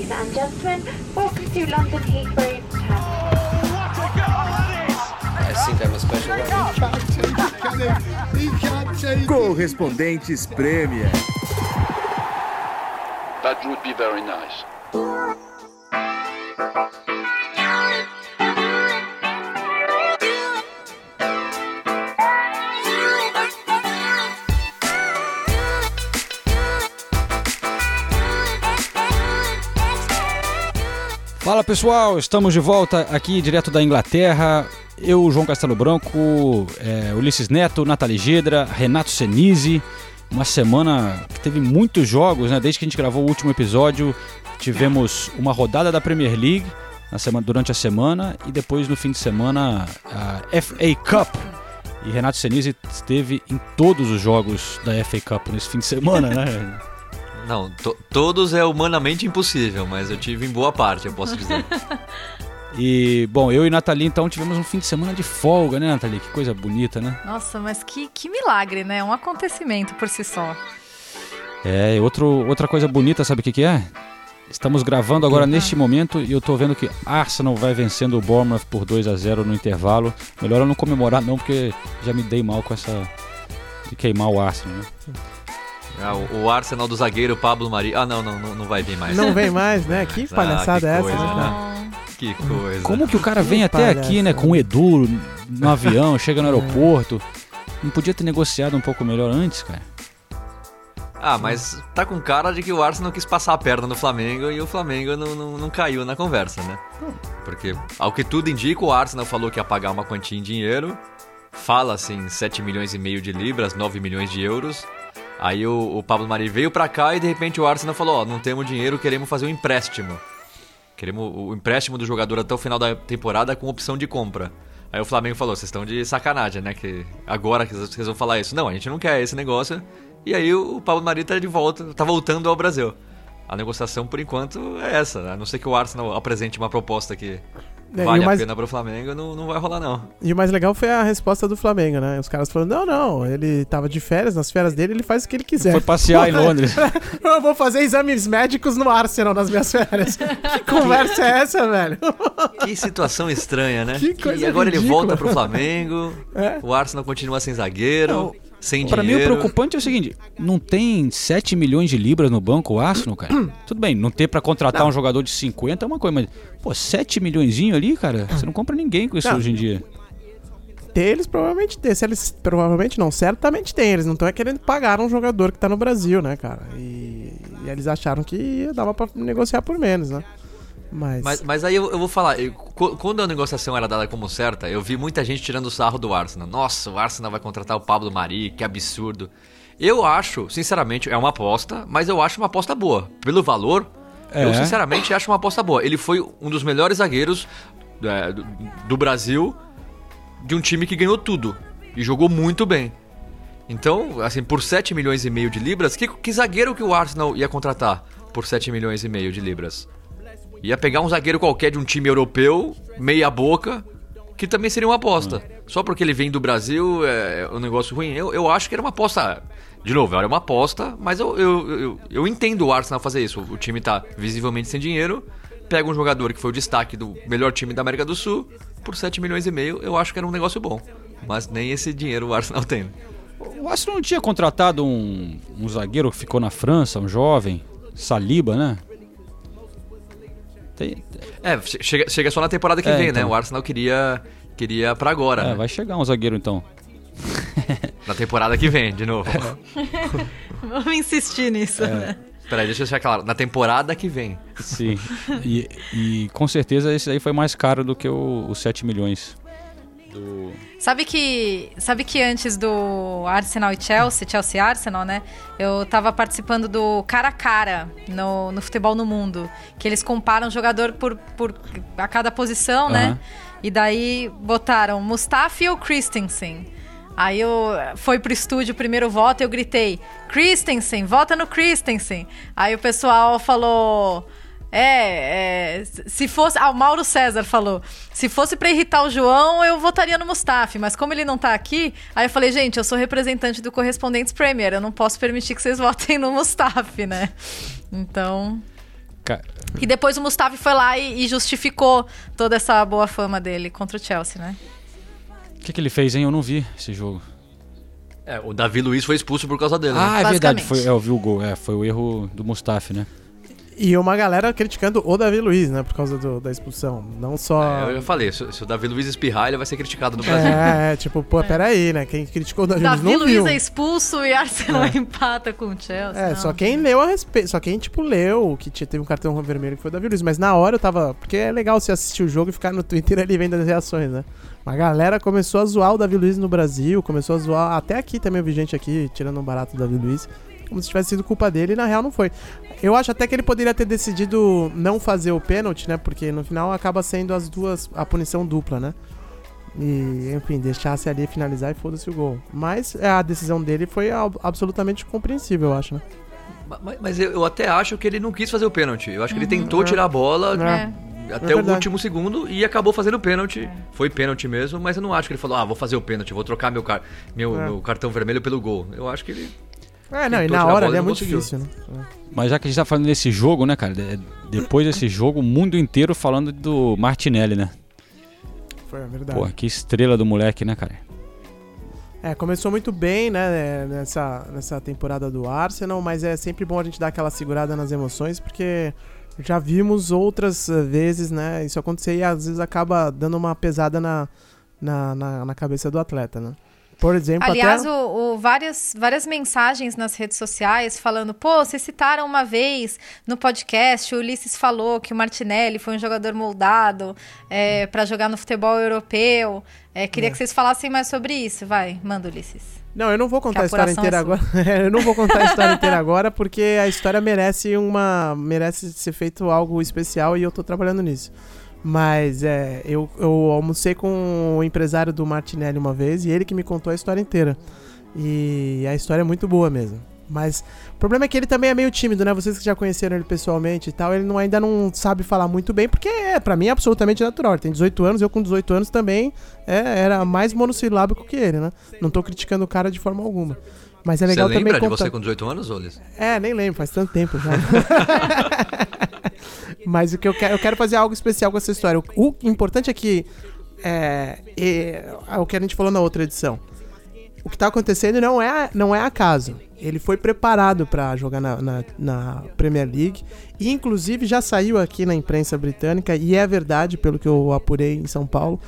Ladies and gentlemen, welcome to London Heathrow. I think I'm a special one. Correspondentes Premier. That would be very nice. Fala pessoal, estamos de volta aqui direto da Inglaterra. Eu, João Castelo Branco, Ulisses Neto, Nathalie Gedra, Renato Senise. Uma semana que teve muitos jogos, né? Desde que a gente gravou o último episódio, tivemos uma rodada da Premier League durante a semana e depois no fim de semana a FA Cup. E Renato Senise esteve em todos os jogos da FA Cup nesse fim de semana, né? Não, todos é humanamente impossível, mas eu tive em boa parte, eu posso dizer. E, bom, eu e Nathalie, então, tivemos um fim de semana de folga, né, Nathalie? Que coisa bonita, né? Nossa, mas que milagre, né? Um acontecimento por si só. Outra coisa bonita, sabe o que é? Estamos gravando agora neste momento e eu tô vendo que Arsenal vai vencendo o Bournemouth por 2-0 no intervalo. Melhor eu não comemorar não, porque já me dei mal com essa de queimar o Arsenal, né? O Arsenal do zagueiro Pablo Mari. Não vai vir mais. Não vem mais, né? Que palhaçada é essa, coisa, né? Que coisa. Como que o cara vem até aqui, né, com o Edu no avião, chega no aeroporto. Não podia ter negociado um pouco melhor antes, cara? Mas tá com cara de que o Arsenal quis passar a perna no Flamengo e o Flamengo não caiu na conversa, né? Porque, ao que tudo indica, o Arsenal falou que ia pagar uma quantia em dinheiro. Fala, assim, 7 milhões e meio de libras, 9 milhões de euros. Aí o Pablo Mari veio pra cá e de repente o Arsenal falou, não temos dinheiro, queremos fazer um empréstimo. Queremos o empréstimo do jogador até o final da temporada com opção de compra. Aí o Flamengo falou, vocês estão de sacanagem, né? Que agora que vocês vão falar isso. Não, a gente não quer esse negócio. E aí o Pablo Mari tá voltando ao Brasil. A negociação, por enquanto, é essa. A não ser que o Arsenal apresente uma proposta que vale a pena pro Flamengo, não vai rolar, não. E o mais legal foi a resposta do Flamengo, né? Os caras falaram, não, ele tava de férias, nas férias dele ele faz o que ele quiser. Foi passear em Londres. Eu vou fazer exames médicos no Arsenal nas minhas férias. Que conversa é essa, velho? Que situação estranha, né? Que coisa e agora ridícula. Ele volta pro Flamengo, o Arsenal continua sem zagueiro, sem pra dinheiro. Pra mim o preocupante é o seguinte, não tem 7 milhões de libras no banco o Arsenal, cara? Tudo bem, não ter pra contratar um jogador de 50 é uma coisa, mas 7 milhõezinho ali, cara, você não compra ninguém com isso hoje em dia. Eles provavelmente têm, certamente tem, eles não estão querendo pagar um jogador que tá no Brasil, né, cara? E eles acharam que dava pra negociar por menos, né? Mas aí eu vou falar, quando a negociação era dada como certa, eu vi muita gente tirando o sarro do Arsenal. Nossa, o Arsenal vai contratar o Pablo Mari, que absurdo. Eu acho, sinceramente, é uma aposta, mas eu acho uma aposta boa. Pelo valor, eu sinceramente acho uma aposta boa. Ele foi um dos melhores zagueiros do Brasil, de um time que ganhou tudo e jogou muito bem. Então, assim, por 7 milhões e meio de libras, que zagueiro que o Arsenal ia contratar por 7 milhões e meio de libras? Ia pegar um zagueiro qualquer de um time europeu, meia boca, que também seria uma aposta. Só porque ele vem do Brasil é um negócio ruim. Eu acho que era uma aposta. De novo, era uma aposta, mas eu entendo o Arsenal fazer isso. O time tá visivelmente sem dinheiro, pega um jogador que foi o destaque do melhor time da América do Sul, por 7 milhões e meio, eu acho que era um negócio bom. Mas nem esse dinheiro o Arsenal tem. O Arsenal não tinha contratado um zagueiro que ficou na França, um jovem, Saliba, né? Chega só na temporada que vem, então. Né? O Arsenal queria pra agora. Né? Vai chegar um zagueiro então. Na temporada que vem, de novo. Vamos insistir nisso, né? Peraí, deixa eu deixar claro. Na temporada que vem. Sim. E com certeza esse aí foi mais caro do que os 7 milhões. Sabe que antes do Arsenal e Chelsea Arsenal, né? Eu tava participando do cara a cara no Futebol no Mundo, que eles comparam jogador a cada posição, né? E daí botaram Mustafi ou Christensen. Aí foi pro estúdio o primeiro voto e eu gritei, Christensen, vota no Christensen. Aí o pessoal falou... se fosse... o Mauro César falou, se fosse pra irritar o João, eu votaria no Mustafi, mas como ele não tá aqui, aí eu falei, gente, eu sou representante do Correspondentes Premier, eu não posso permitir que vocês votem no Mustafi, né? Então... E depois o Mustafi foi lá e justificou toda essa boa fama dele contra o Chelsea, né? O que ele fez, hein? Eu não vi esse jogo. O Davi Luiz foi expulso por causa dele, né? Ah, é verdade. Eu vi o gol. Foi o erro do Mustafi, né? E uma galera criticando o Davi Luiz, né? Por causa da expulsão. Não só... eu já falei, se o Davi Luiz espirrar, ele vai ser criticado no Brasil. Peraí, né? Quem criticou o Davi Luiz não viu. Davi Luiz é expulso e Arsenal empata com o Chelsea. Só quem leu a respeito. Só quem, leu que teve um cartão vermelho que foi o Davi Luiz. Mas na hora eu tava... Porque é legal você assistir o jogo e ficar no Twitter ali vendo as reações, né? A galera começou a zoar o Davi Luiz no Brasil, começou a zoar... Até aqui também eu vi gente aqui tirando um barato do Davi Luiz. Como se tivesse sido culpa dele, e na real não foi. Eu acho até que ele poderia ter decidido não fazer o pênalti, né? Porque no final acaba sendo a punição dupla, né? E, enfim, deixasse ali finalizar e foda-se o gol. Mas a decisão dele foi absolutamente compreensível, eu acho, né? Mas eu até acho que ele não quis fazer o pênalti. Eu acho que ele tentou tirar a bola até o último segundo e acabou fazendo o pênalti. Foi pênalti mesmo, mas eu não acho que ele falou, vou fazer o pênalti, vou trocar meu cartão vermelho pelo gol. Eu acho que ele... e na hora ali é muito difícil, né? Mas já que a gente tá falando desse jogo, né, cara? Depois desse jogo, o mundo inteiro falando do Martinelli, né? Foi a verdade. Pô, que estrela do moleque, né, cara? Começou muito bem, né, nessa temporada do Arsenal, mas é sempre bom a gente dar aquela segurada nas emoções, porque já vimos outras vezes, né, isso acontecer e às vezes acaba dando uma pesada na cabeça do atleta, né? Por exemplo, aliás, várias mensagens nas redes sociais falando, vocês citaram uma vez no podcast, o Ulisses falou que o Martinelli foi um jogador moldado para jogar no futebol europeu. Queria que vocês falassem mais sobre isso. Vai, manda, Ulisses. Não, eu não vou contar a história inteira agora. Eu não vou contar a história inteira agora, porque a história merece ser feito algo especial e eu tô trabalhando nisso. Mas eu almocei com o empresário do Martinelli uma vez e ele que me contou a história inteira. E a história é muito boa mesmo. Mas o problema é que ele também é meio tímido, né? Vocês que já conheceram ele pessoalmente e tal, ele ainda não sabe falar muito bem, porque pra mim é absolutamente natural. Ele tem 18 anos, eu com 18 anos também era mais monossilábico que ele, né? Não tô criticando o cara de forma alguma. Mas é legal também contar... Você lembra de você com 18 anos, Olis? Nem lembro, faz tanto tempo já. Mas o que eu quero fazer algo especial com essa história. O importante é que o que a gente falou na outra edição. O que tá acontecendo não é acaso. Ele foi preparado para jogar na Premier League e inclusive já saiu aqui na imprensa britânica, e é verdade, pelo que eu apurei em São Paulo,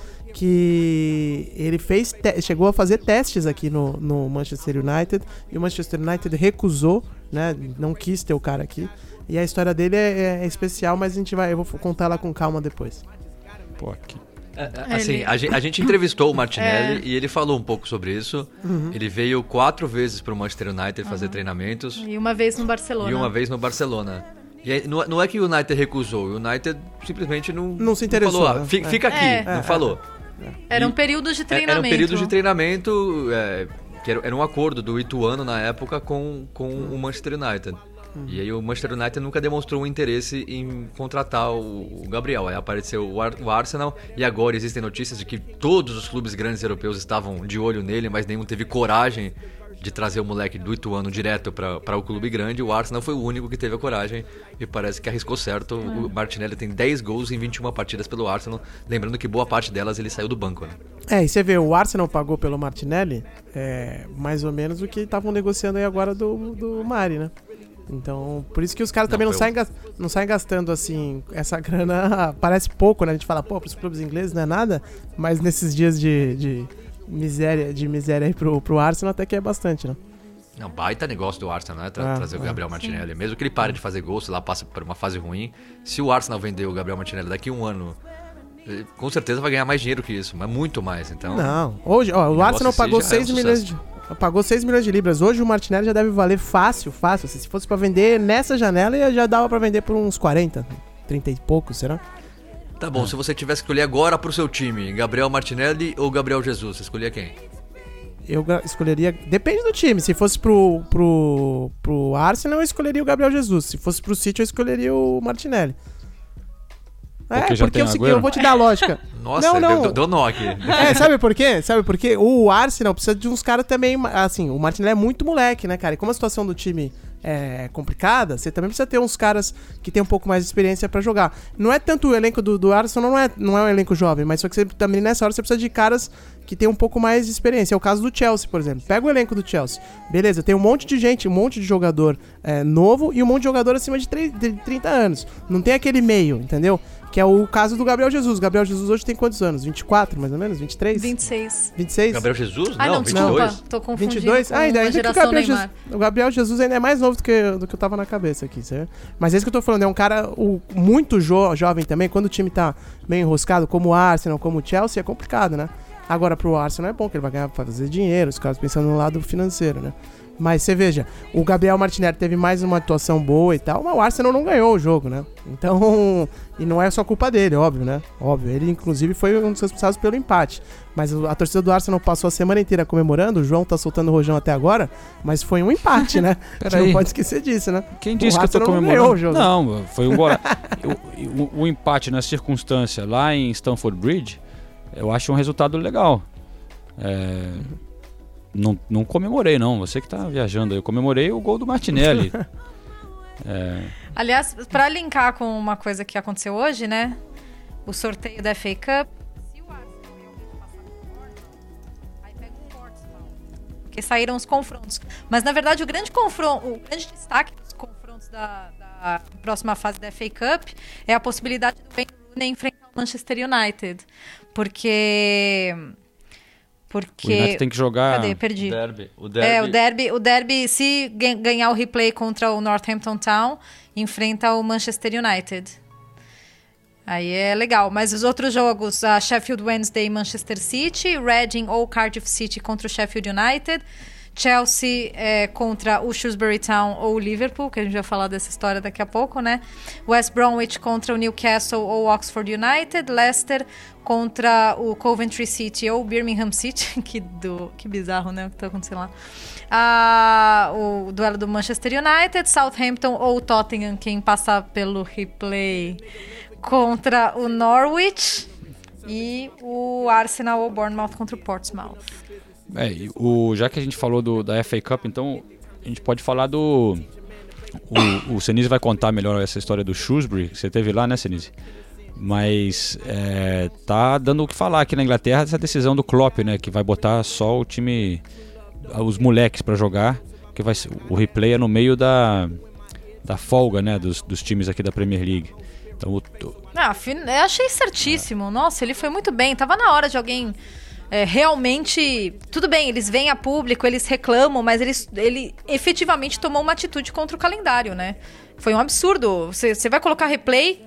que ele chegou a fazer testes aqui no Manchester United e o Manchester United recusou, né? Não quis ter o cara aqui. E a história dele é especial, mas eu vou contar ela com calma depois. Pô, aqui. Assim, a gente entrevistou o Martinelli e ele falou um pouco sobre isso. Ele veio 4 vezes pro Manchester United fazer treinamentos. E uma vez no Barcelona. E aí, não é que o United recusou, o United simplesmente não se interessou. Falou, fica aqui, não falou. Era um período de treinamento. Era um período de treinamento, que era um acordo do Ituano na época com o Manchester United. E aí o Manchester United nunca demonstrou um interesse em contratar o Gabriel. Aí apareceu o Arsenal e agora existem notícias de que todos os clubes grandes europeus estavam de olho nele, mas nenhum teve coragem de trazer o moleque do Ituano direto para o clube grande. O Arsenal foi o único que teve a coragem e parece que arriscou certo. O Martinelli tem 10 gols em 21 partidas pelo Arsenal, lembrando que boa parte delas ele saiu do banco, né? E você vê, o Arsenal pagou pelo Martinelli mais ou menos o que estavam negociando aí agora do Mari, né? Então, por isso que os caras também não saem gastando assim, essa grana. Parece pouco, né? A gente fala, pros clubes ingleses não é nada, mas nesses dias de miséria aí pro Arsenal até que é bastante, né? Não, baita negócio do Arsenal, né? Trazer o Gabriel Martinelli. Mesmo que ele pare de fazer gol, se lá passa por uma fase ruim, se o Arsenal vender o Gabriel Martinelli daqui a um ano, com certeza vai ganhar mais dinheiro que isso, mas muito mais, então... Não, hoje, o Arsenal pagou 6 milhões pagou 6 milhões de libras. Hoje o Martinelli já deve valer fácil. Se fosse pra vender nessa janela, já dava pra vender por uns 40, 30 e pouco, será? Tá bom, se você tivesse que escolher agora pro seu time, Gabriel Martinelli ou Gabriel Jesus, você escolhia quem? Eu escolheria... Depende do time. Se fosse pro Arsenal, eu escolheria o Gabriel Jesus. Se fosse pro City, eu escolheria o Martinelli. Porque eu vou te dar a lógica. Nossa, deu nó aqui. Sabe por quê? Sabe por quê? O Arsenal precisa de uns caras também... Assim, o Martinelli é muito moleque, né, cara? E como a situação do time complicada, você também precisa ter uns caras que tem um pouco mais de experiência pra jogar. Não é tanto o elenco do Arsenal, não é um elenco jovem, mas só que você, também nessa hora você precisa de caras que tem um pouco mais de experiência. É o caso do Chelsea, por exemplo. Pega o elenco do Chelsea. Beleza, tem um monte de gente, um monte de jogador novo e um monte de jogador acima de 30 anos. Não tem aquele meio, entendeu? Que é o caso do Gabriel Jesus. Gabriel Jesus hoje tem quantos anos? 24, mais ou menos? 23? 26. 26? Gabriel Jesus? Não, 22. Desculpa, tô confundindo 22? com Ainda a que geração Neymar. O Gabriel Jesus ainda é mais novo do que eu tava na cabeça aqui, certo? Mas é isso que eu tô falando, é um cara muito jovem também. Quando o time tá meio enroscado, como o Arsenal, como o Chelsea, é complicado, né? Agora pro Arsenal é bom, que ele vai ganhar pra fazer dinheiro, os caras pensando no lado financeiro, né? Mas você veja, o Gabriel Martinelli teve mais uma atuação boa e tal, mas o Arsenal não ganhou o jogo, né? Então, e não é só culpa dele, óbvio, né? Óbvio, ele inclusive foi um dos responsáveis pelo empate. Mas a torcida do Arsenal passou a semana inteira comemorando, o João tá soltando o rojão até agora, mas foi um empate, né? A gente não pode esquecer disso, né? Quem disse que eu tô comemorando? Não, foi um gol. O empate na circunstância lá em Stamford Bridge, eu acho um resultado legal. Não comemorei, não. Você que tá viajando aí. Eu comemorei o gol do Martinelli. Aliás, pra linkar com uma coisa que aconteceu hoje, né? O sorteio da FA Cup. Se o Arsenal realmente passar com o Portsmouth, aí pega o Portsmouth. Porque saíram os confrontos. Mas, na verdade, o grande destaque dos confrontos da próxima fase da FA Cup é a possibilidade do Wayne Rooney enfrentar o Manchester United. Porque o United tem que jogar... Cadê? Perdi. O O derby, se ganhar o replay contra o Northampton Town, enfrenta o Manchester United. Aí é legal. Mas os outros jogos, a Sheffield Wednesday e Manchester City, Reading ou Cardiff City contra o Sheffield United, Chelsea contra o Shrewsbury Town ou o Liverpool, que a gente vai falar dessa história daqui a pouco, né? West Bromwich contra o Newcastle ou Oxford United, Leicester contra o Coventry City ou Birmingham City, que bizarro, né, o que tá acontecendo lá. O duelo do Manchester United, Southampton ou Tottenham, quem passar pelo replay, contra o Norwich, e o Arsenal ou Bournemouth contra o Portsmouth. Já que a gente falou da FA Cup, então a gente pode falar do... O Senise vai contar melhor essa história do Shrewsbury, que você teve lá, né, Senise? Mas tá dando o que falar aqui na Inglaterra essa decisão do Klopp, né? Que vai botar só o time, os moleques pra jogar, que vai ser, o replay é no meio da folga, né? Dos times aqui da Premier League. Então, eu achei certíssimo. Nossa, ele foi muito bem. Tava na hora de alguém... realmente, tudo bem, eles vêm a público, eles reclamam, mas ele efetivamente tomou uma atitude contra o calendário, né? Foi um absurdo. Você vai colocar replay,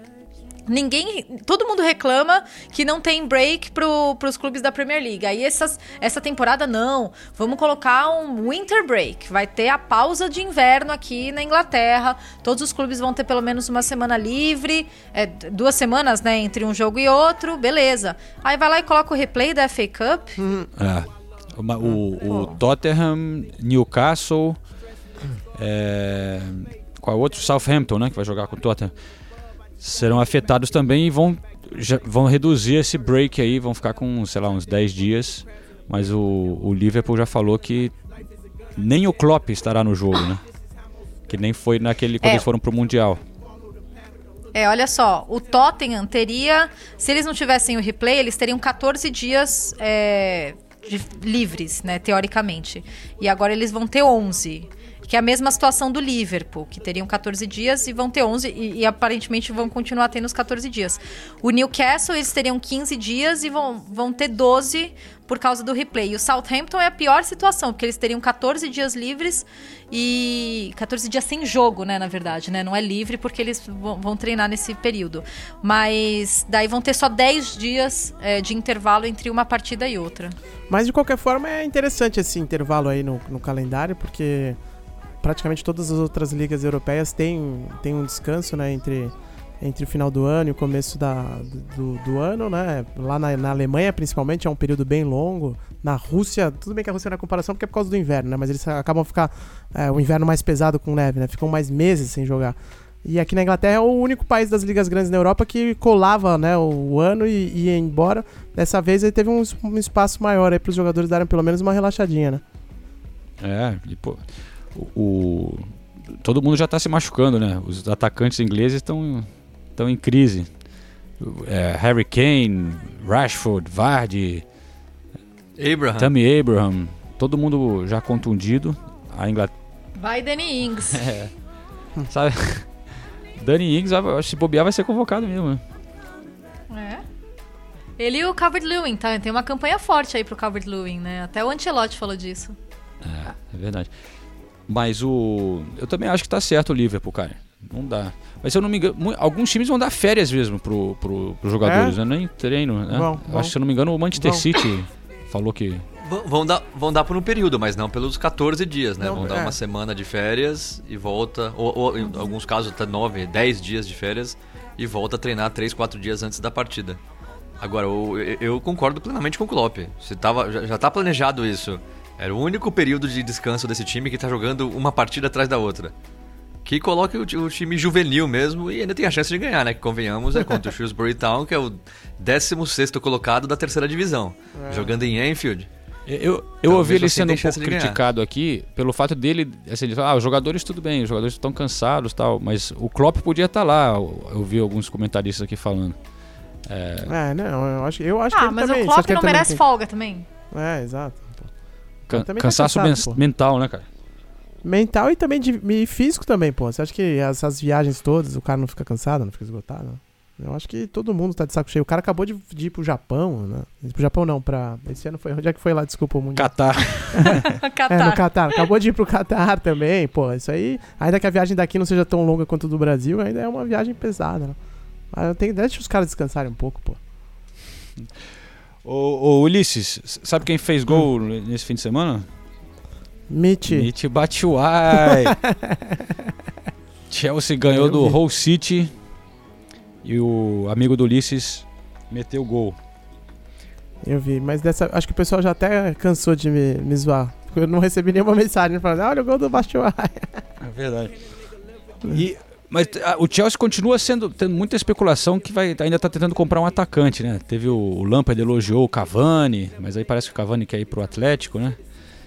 todo mundo reclama que não tem break pros clubes da Premier League. Aí essa temporada não, vamos colocar um winter break, vai ter a pausa de inverno aqui na Inglaterra, todos os clubes vão ter pelo menos uma semana livre, 2 semanas, né, entre um jogo e outro, beleza. Aí vai lá e coloca o replay da FA Cup. O Tottenham, Newcastle, qual é o outro? Southampton, né, que vai jogar com o Tottenham, serão afetados também e vão reduzir esse break aí, vão ficar com, sei lá, uns 10 dias, mas o Liverpool já falou que nem o Klopp estará no jogo, né? Que nem foi quando eles foram pro Mundial. Olha só, o Tottenham teria, se eles não tivessem o replay, eles teriam 14 dias livres, né, teoricamente. E agora eles vão ter 11. Que é a mesma situação do Liverpool, que teriam 14 dias e vão ter 11, e aparentemente vão continuar tendo os 14 dias. O Newcastle, eles teriam 15 dias e vão ter 12 por causa do replay. E o Southampton é a pior situação, porque eles teriam 14 dias livres e 14 dias sem jogo, né, na verdade, né? Não é livre porque eles vão treinar nesse período. Mas daí vão ter só 10 dias de intervalo entre uma partida e outra. Mas de qualquer forma é interessante esse intervalo aí no calendário, porque praticamente todas as outras ligas europeias têm um descanso, né, entre o final do ano e o começo do ano, né? Lá na Alemanha, principalmente, é um período bem longo. Na Rússia, tudo bem que a Rússia não é comparação porque é por causa do inverno, né? Mas eles acabam ficar o inverno mais pesado com neve, né? Ficam mais meses sem jogar. E aqui na Inglaterra é o único país das ligas grandes na Europa que colava, né, o ano e ia embora. Dessa vez ele teve um espaço maior aí para os jogadores darem pelo menos uma relaxadinha, né? todo mundo já está se machucando, né? Os atacantes ingleses estão em crise. Harry Kane, Rashford, Vardy, Tammy Abraham, todo mundo já contundido. A Inglaterra... Vai Danny Ings. Sabe? Danny Ings, se bobear, vai ser convocado mesmo, né? Ele e o Calvert-Lewin, tá? Tem uma campanha forte aí pro Calvert-Lewin, né? Até o Ancelotti falou disso. É verdade. Mas eu também acho que tá certo o Liverpool, cara. Não dá. Mas se eu não me engano, alguns times vão dar férias mesmo pros jogadores, né? Nem treino, né? Acho que, se eu não me engano, o Manchester City falou que... Vão dar por um período, mas não pelos 14 dias, né? Vão dar uma semana de férias e volta, ou em alguns casos até 9, 10 dias de férias e volta a treinar 3, 4 dias antes da partida. Agora, eu concordo plenamente com o Klopp. Já tá planejado isso. Era o único período de descanso desse time que tá jogando uma partida atrás da outra. Que coloque o time juvenil mesmo e ainda tem a chance de ganhar, né? Que convenhamos, é contra o Shrewsbury Town, que é o 16º colocado da 3ª divisão. Jogando em Anfield. Eu ouvi ele sendo um pouco criticado aqui pelo fato dele, assim, ele fala, os jogadores tudo bem, os jogadores estão cansados e tal, mas o Klopp podia estar lá. Eu vi alguns comentaristas aqui falando. Não, eu acho que ele mas também... o Klopp não merece folga também. Exato. Cansaço mental, né, cara? Mental e também e físico também, pô. Você acha que essas viagens todas, o cara não fica cansado, não fica esgotado? Eu acho que todo mundo tá de saco cheio. O cara acabou de ir pro Japão, né? Pro Japão não, esse ano foi... Onde é que foi lá? Desculpa, o Mundial. Catar. No Catar. Acabou de ir pro Catar também, pô. Isso aí, ainda que a viagem daqui não seja tão longa quanto do Brasil, ainda é uma viagem pesada, né? Mas deixa os caras descansarem um pouco, pô. Ô Ulisses, sabe quem fez gol nesse fim de semana? Mitch Batshuayi. Chelsea ganhou do Hull City e o amigo do Ulisses meteu o gol. Eu vi, mas acho que o pessoal já até cansou de me zoar. Porque eu não recebi nenhuma mensagem falando, olha o gol do Batshuayi. É verdade. Mas o Chelsea continua tendo muita especulação que ainda está tentando comprar um atacante, né? Teve o Lampard elogiou o Cavani, mas aí parece que o Cavani quer ir pro Atlético, né?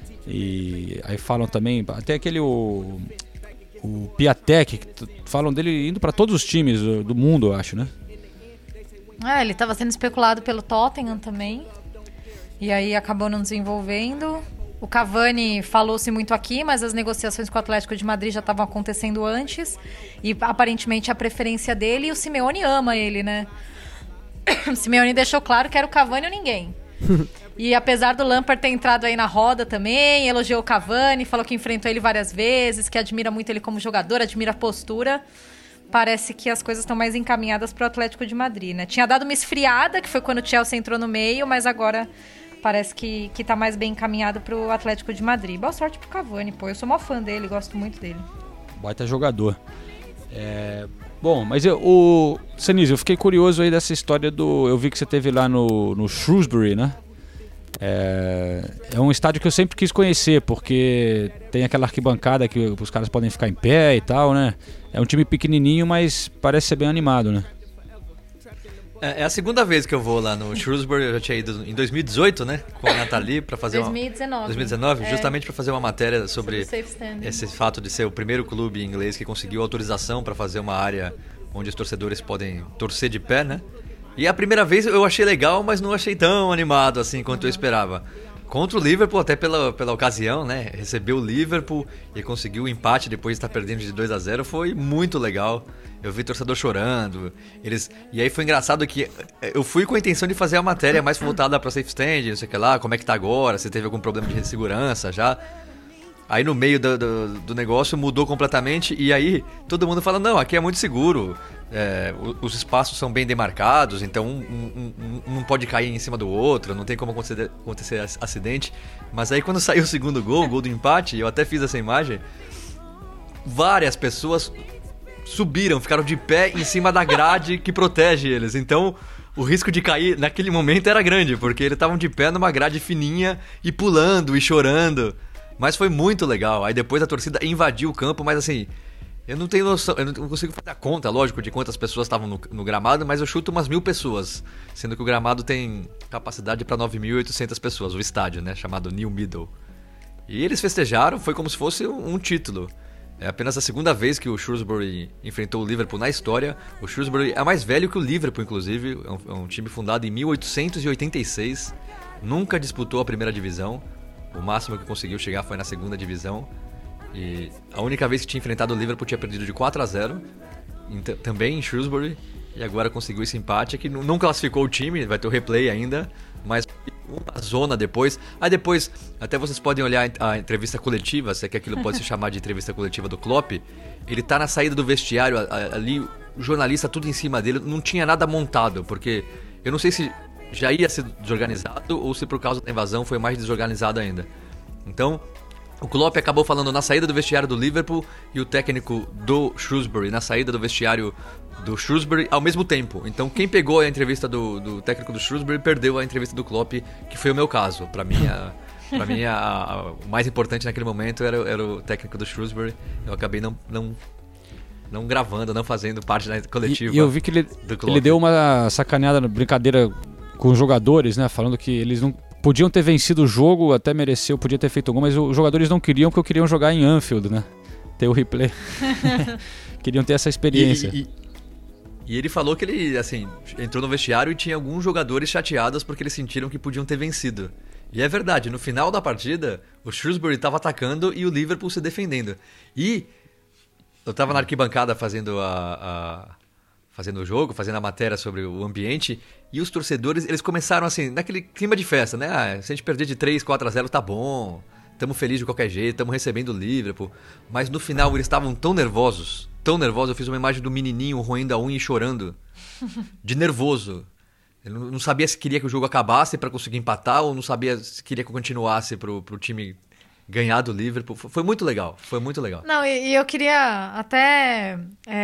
E aí falam também, até aquele o Piatek, falam dele indo para todos os times do mundo, eu acho, né? Ele estava sendo especulado pelo Tottenham também. E aí acabou não desenvolvendo. O Cavani falou-se muito aqui, mas as negociações com o Atlético de Madrid já estavam acontecendo antes. E aparentemente a preferência dele, e o Simeone ama ele, né? O Simeone deixou claro que era o Cavani ou ninguém. E apesar do Lampard ter entrado aí na roda também, elogiou o Cavani, falou que enfrentou ele várias vezes, que admira muito ele como jogador, admira a postura. Parece que as coisas estão mais encaminhadas para o Atlético de Madrid, né? Tinha dado uma esfriada, que foi quando o Chelsea entrou no meio, mas agora parece que tá mais bem encaminhado para o Atlético de Madrid. Boa sorte pro Cavani, pô. Eu sou mó fã dele, gosto muito dele. Baita jogador. Bom, mas Senise, eu fiquei curioso aí dessa história eu vi que você teve lá no Shrewsbury, né? É um estádio que eu sempre quis conhecer, porque tem aquela arquibancada que os caras podem ficar em pé e tal, né? É um time pequenininho, mas parece ser bem animado, né? É a segunda vez que eu vou lá no Shrewsbury. Eu já tinha ido em 2018, né? Com a Nathalie para fazer 2019, justamente para fazer uma matéria sobre esse fato de ser o primeiro clube inglês que conseguiu autorização para fazer uma área onde os torcedores podem torcer de pé, né? E a primeira vez eu achei legal, mas não achei tão animado assim quanto eu esperava. Contra o Liverpool, até pela ocasião, né? Recebeu o Liverpool e conseguiu o empate depois de estar perdendo de 2-0. Foi muito legal. Eu vi torcedor chorando. E aí foi engraçado que eu fui com a intenção de fazer a matéria mais voltada para safe stand, não sei o que lá, como é que tá agora, se teve algum problema de segurança já. Aí no meio do negócio mudou completamente e aí todo mundo fala, não, aqui é muito seguro, os espaços são bem demarcados, então um não pode cair em cima do outro, não tem como acontecer acidente. Mas aí quando saiu o segundo gol, o gol do empate, eu até fiz essa imagem, várias pessoas subiram, ficaram de pé em cima da grade que protege eles, então o risco de cair naquele momento era grande, porque eles estavam de pé numa grade fininha e pulando e chorando. Mas foi muito legal. Aí depois a torcida invadiu o campo, mas assim, eu não tenho noção, eu não consigo fazer a conta, lógico, de quantas pessoas estavam no gramado, mas eu chuto umas 1.000 pessoas, sendo que o gramado tem capacidade para 9.800 pessoas, o estádio, né, chamado New Meadow. E eles festejaram, foi como se fosse um título. É apenas a segunda vez que o Shrewsbury enfrentou o Liverpool na história. O Shrewsbury é mais velho que o Liverpool, inclusive. É um time fundado em 1886. Nunca disputou a primeira divisão. O máximo que conseguiu chegar foi na segunda divisão. E a única vez que tinha enfrentado o Liverpool tinha perdido de 4-0. Também em Shrewsbury. E agora conseguiu esse empate. Que não classificou o time, vai ter o replay ainda. Mas uma zona depois. Aí depois, até vocês podem olhar a entrevista coletiva, se é que aquilo pode se chamar de entrevista coletiva do Klopp. Ele tá na saída do vestiário, ali o jornalista tudo em cima dele, não tinha nada montado, porque eu não sei se já ia ser desorganizado ou se por causa da invasão foi mais desorganizado ainda. Então, o Klopp acabou falando na saída do vestiário do Liverpool e o técnico do Shrewsbury na saída do vestiário do Shrewsbury ao mesmo tempo. Então quem pegou a entrevista do técnico do Shrewsbury perdeu a entrevista do Klopp, que foi o meu caso. Pra mim, o mais importante naquele momento era o técnico do Shrewsbury. Eu acabei não gravando, não fazendo parte da coletiva. E eu vi que ele deu uma sacaneada, brincadeira com os jogadores, né? Falando que eles não podiam ter vencido o jogo, até mereceu, podia ter feito um gol, mas os jogadores não queriam, porque queriam jogar em Anfield, né? Ter o replay. Queriam ter essa experiência. E ele falou que ele, assim, entrou no vestiário e tinha alguns jogadores chateados porque eles sentiram que podiam ter vencido. E é verdade, no final da partida, o Shrewsbury estava atacando e o Liverpool se defendendo. E eu estava na arquibancada fazendo fazendo o jogo, fazendo a matéria sobre o ambiente, e os torcedores, eles começaram assim, naquele clima de festa, né? Ah, se a gente perder de 3-4-0 tá bom, estamos felizes de qualquer jeito, estamos recebendo o Liverpool. Mas no final eles estavam tão nervosos, eu fiz uma imagem do menininho roendo a unha e chorando, de nervoso. Ele não sabia se queria que o jogo acabasse para conseguir empatar, ou não sabia se queria que continuasse pro time ganhar do Liverpool. Foi muito legal, foi muito legal. Não, e eu queria até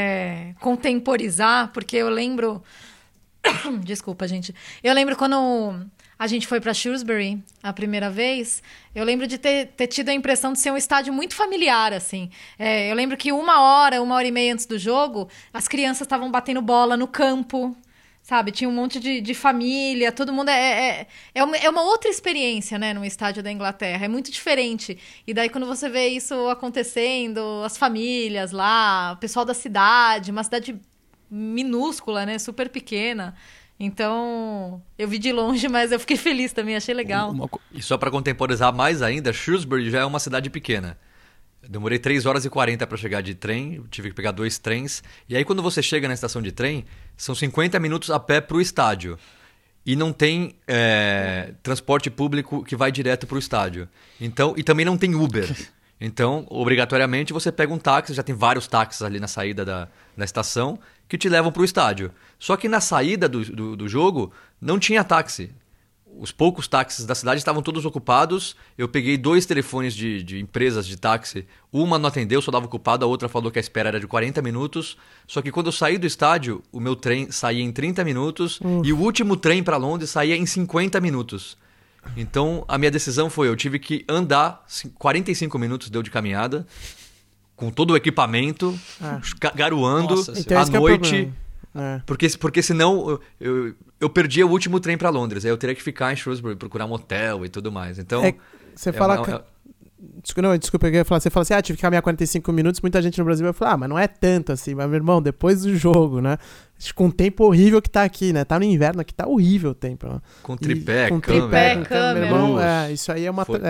contemporizar, porque eu lembro... Desculpa, gente. Eu lembro quando a gente foi para Shrewsbury a primeira vez, eu lembro de ter tido a impressão de ser um estádio muito familiar, assim. Eu lembro que uma hora e meia antes do jogo, as crianças estavam batendo bola no campo, sabe? Tinha um monte de família, todo mundo... É uma outra experiência, né, num estádio da Inglaterra. É muito diferente. E daí, quando você vê isso acontecendo, as famílias lá, o pessoal da cidade, uma cidade minúscula, né? Super pequena. Então, eu vi de longe, mas eu fiquei feliz também, achei legal. E só para contemporizar mais ainda, Shrewsbury já é uma cidade pequena. Eu demorei 3h40 para chegar de trem, eu tive que pegar 2 trens. E aí quando você chega na estação de trem, são 50 minutos a pé pro estádio. E não tem transporte público que vai direto pro estádio. Então, e também não tem Uber. Então, obrigatoriamente, você pega um táxi, já tem vários táxis ali na saída da estação, que te levam para o estádio. Só que na saída do jogo, não tinha táxi. Os poucos táxis da cidade estavam todos ocupados. Eu peguei 2 telefones de empresas de táxi. Uma não atendeu, só dava ocupado. A outra falou que a espera era de 40 minutos. Só que quando eu saí do estádio, o meu trem saía em 30 minutos. E o último trem para Londres saía em 50 minutos. Então, a minha decisão foi, eu tive que andar, 45 minutos deu de caminhada, com todo o equipamento, garoando, então à noite, É. Porque senão eu perdia o último trem para Londres, aí eu teria que ficar em Shrewsbury, procurar um hotel e tudo mais. Então, você fala... Desculpa, eu ia falar, você fala assim, tive que caminhar 45 minutos, muita gente no Brasil vai falar, mas não é tanto assim, mas meu irmão, depois do jogo, né, com o tempo horrível que tá aqui, né, tá no inverno aqui, tá horrível o tempo, né? Com tripé, câmera. Meu irmão, isso aí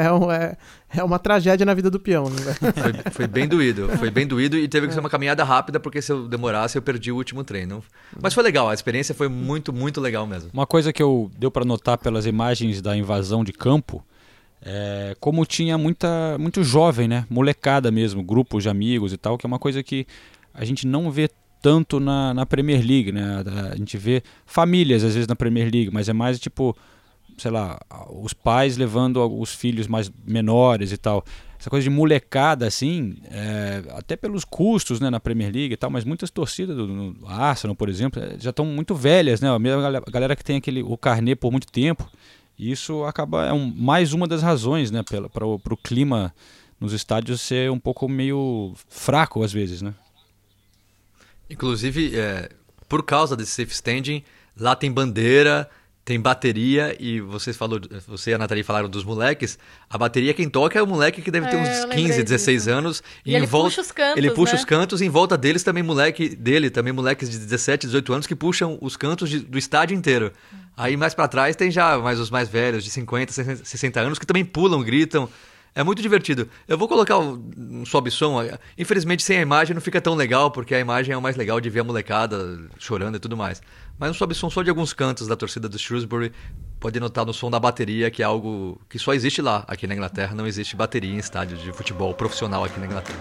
é uma tragédia na vida do peão, né? Foi bem doído e teve que ser uma caminhada rápida, porque se eu demorasse eu perdi o último trem, não? Mas foi legal, a experiência foi muito, muito legal mesmo. Uma coisa que deu para notar pelas imagens da invasão de campo, como tinha muito jovem, né? Molecada mesmo, grupos de amigos e tal, que é uma coisa que a gente não vê tanto na Premier League, né? A gente vê famílias às vezes na Premier League, mas é mais tipo, sei lá, os pais levando os filhos mais menores e tal. Essa coisa de molecada, assim, até pelos custos, né, na Premier League e tal, mas muitas torcidas do Arsenal, por exemplo, já estão muito velhas, né? A mesma galera que tem o carnê por muito tempo. E isso acaba mais uma das razões, né, para o clima nos estádios ser um pouco meio fraco às vezes, né? Inclusive, por causa desse safe standing, lá tem bandeira, tem bateria e você e a Nathalie falaram dos moleques. A bateria quem toca é o moleque que deve ter uns 15, 16 anos. E ele puxa os cantos, ele puxa né? os cantos e em volta deles também moleques de 17, 18 anos que puxam os cantos do estádio inteiro. Aí mais pra trás tem já os mais velhos, de 50, 60 anos, que também pulam, gritam. É muito divertido. Eu vou colocar um sobe-som. Infelizmente, sem a imagem não fica tão legal, porque a imagem é o mais legal de ver a molecada chorando e tudo mais. Mas um sobe-som só de alguns cantos da torcida do Shrewsbury. Pode notar no som da bateria, que é algo que só existe lá. Aqui na Inglaterra não existe bateria em estádio de futebol profissional aqui na Inglaterra.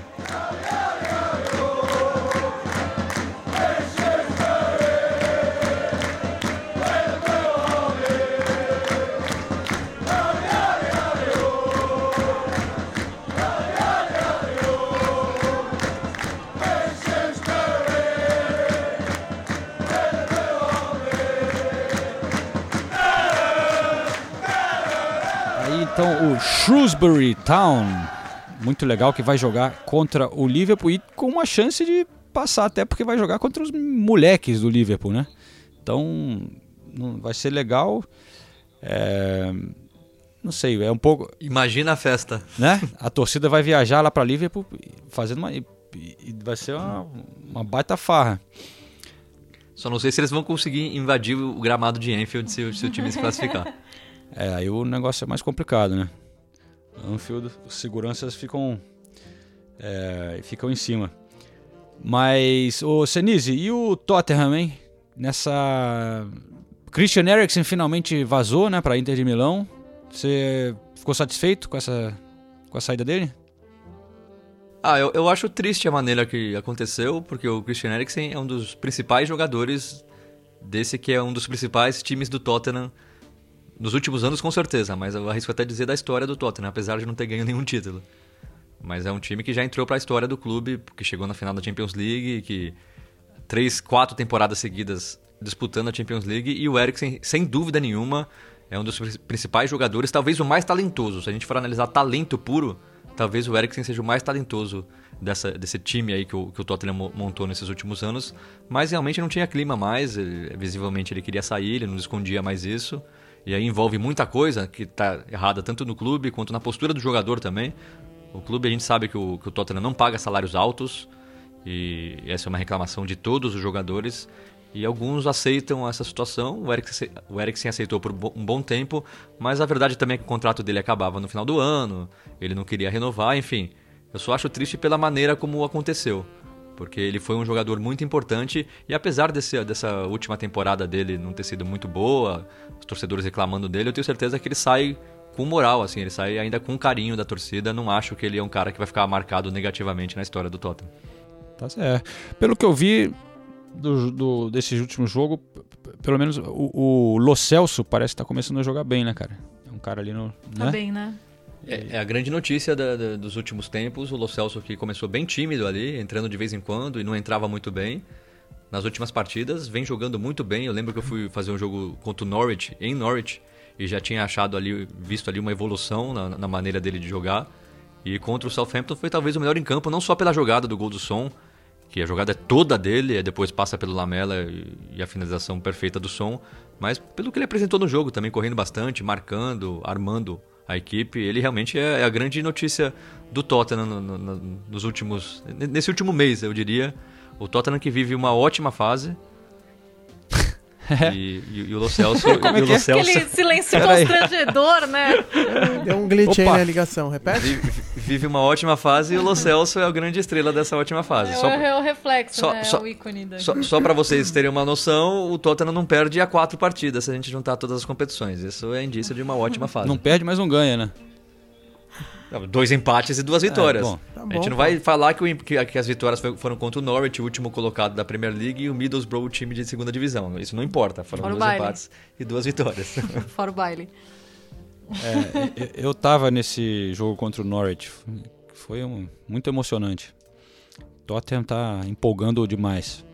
Então, o Shrewsbury Town, muito legal, que vai jogar contra o Liverpool e com uma chance de passar até porque vai jogar contra os moleques do Liverpool, né? Então, vai ser legal. Não sei, é um pouco... Imagina a festa. Né? A torcida vai viajar lá para Liverpool fazendo uma... E vai ser uma baita farra. Só não sei se eles vão conseguir invadir o gramado de Anfield se o time se classificar. Aí o negócio é mais complicado, né? Anfield, os seguranças ficam em cima. Mas, ô Senise, e o Tottenham, hein? Christian Eriksen finalmente vazou, né, pra Inter de Milão. Você ficou satisfeito com a saída dele? Eu acho triste a maneira que aconteceu, porque o Christian Eriksen é um dos principais jogadores desse que é um dos principais times do Tottenham nos últimos anos, com certeza, mas eu arrisco até dizer da história do Tottenham, apesar de não ter ganho nenhum título. Mas é um time que já entrou para a história do clube, que chegou na final da Champions League, que 3-4 temporadas seguidas disputando a Champions League, e o Eriksen, sem dúvida nenhuma, é um dos principais jogadores, talvez o mais talentoso. Se a gente for analisar talento puro, talvez o Eriksen seja o mais talentoso desse time aí que o Tottenham montou nesses últimos anos, mas realmente não tinha clima mais, visivelmente ele queria sair, ele não escondia mais isso. E aí envolve muita coisa que está errada tanto no clube quanto na postura do jogador também. O clube, a gente sabe que o Tottenham não paga salários altos, e essa é uma reclamação de todos os jogadores, e alguns aceitam essa situação. O Eriksen aceitou por um bom tempo, mas a verdade também é que o contrato dele acabava no final do ano, ele não queria renovar, enfim. Eu só acho triste pela maneira como aconteceu, porque ele foi um jogador muito importante, e apesar dessa última temporada dele não ter sido muito boa, os torcedores reclamando dele, eu tenho certeza que ele sai com moral, assim, ele sai ainda com carinho da torcida. Não acho que ele é um cara que vai ficar marcado negativamente na história do Tottenham. Tá certo. Pelo que eu vi desse último jogo, pelo menos o Lo Celso parece que tá começando a jogar bem, né, cara? É um cara ali no... Tá bem, né? É a grande notícia dos últimos tempos, o Lo Celso, que começou bem tímido ali, entrando de vez em quando e não entrava muito bem. Nas últimas partidas, vem jogando muito bem. Eu lembro que eu fui fazer um jogo contra o Norwich, em Norwich, e já tinha visto ali uma evolução na maneira dele de jogar. E contra o Southampton foi talvez o melhor em campo, não só pela jogada do gol do Son, que a jogada é toda dele, depois passa pelo Lamela e a finalização perfeita do Son, mas pelo que ele apresentou no jogo, também correndo bastante, marcando, armando a equipe. Ele realmente é a grande notícia do Tottenham nesse último mês, eu diria. O Tottenham que vive uma ótima fase. E o Lo Celso... Aquele silêncio constrangedor, né? Deu um glitch aí na ligação, repete? Vive uma ótima fase, e o Lo Celso é a grande estrela dessa ótima fase. É o reflexo, né? É o ícone da... Só pra vocês terem uma noção, o Tottenham não perde a 4 partidas se a gente juntar todas as competições. Isso é indício de uma ótima fase. Não perde, mas não ganha, né? 2 empates e 2 vitórias. Tá a gente não vai falar que as vitórias foram contra o Norwich, o último colocado da Premier League, e o Middlesbrough, o time de segunda divisão. Isso não importa. Foram 2 empates e 2 vitórias. Fora o baile. Eu tava nesse jogo contra o Norwich. Foi muito emocionante. O Tottenham tá empolgando demais.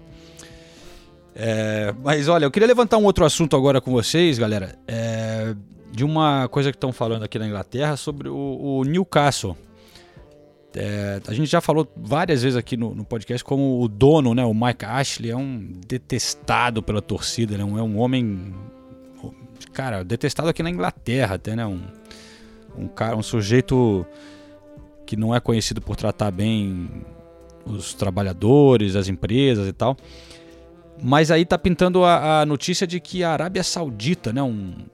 Mas olha, eu queria levantar um outro assunto agora com vocês, galera. De uma coisa que estão falando aqui na Inglaterra sobre o Newcastle. A gente já falou várias vezes aqui no podcast como o dono, né, o Mike Ashley, é um detestado pela torcida, né, é um homem cara, detestado aqui na Inglaterra até, né? Um sujeito que não é conhecido por tratar bem os trabalhadores, as empresas e tal. Mas aí tá pintando a notícia de que a Arábia Saudita, né,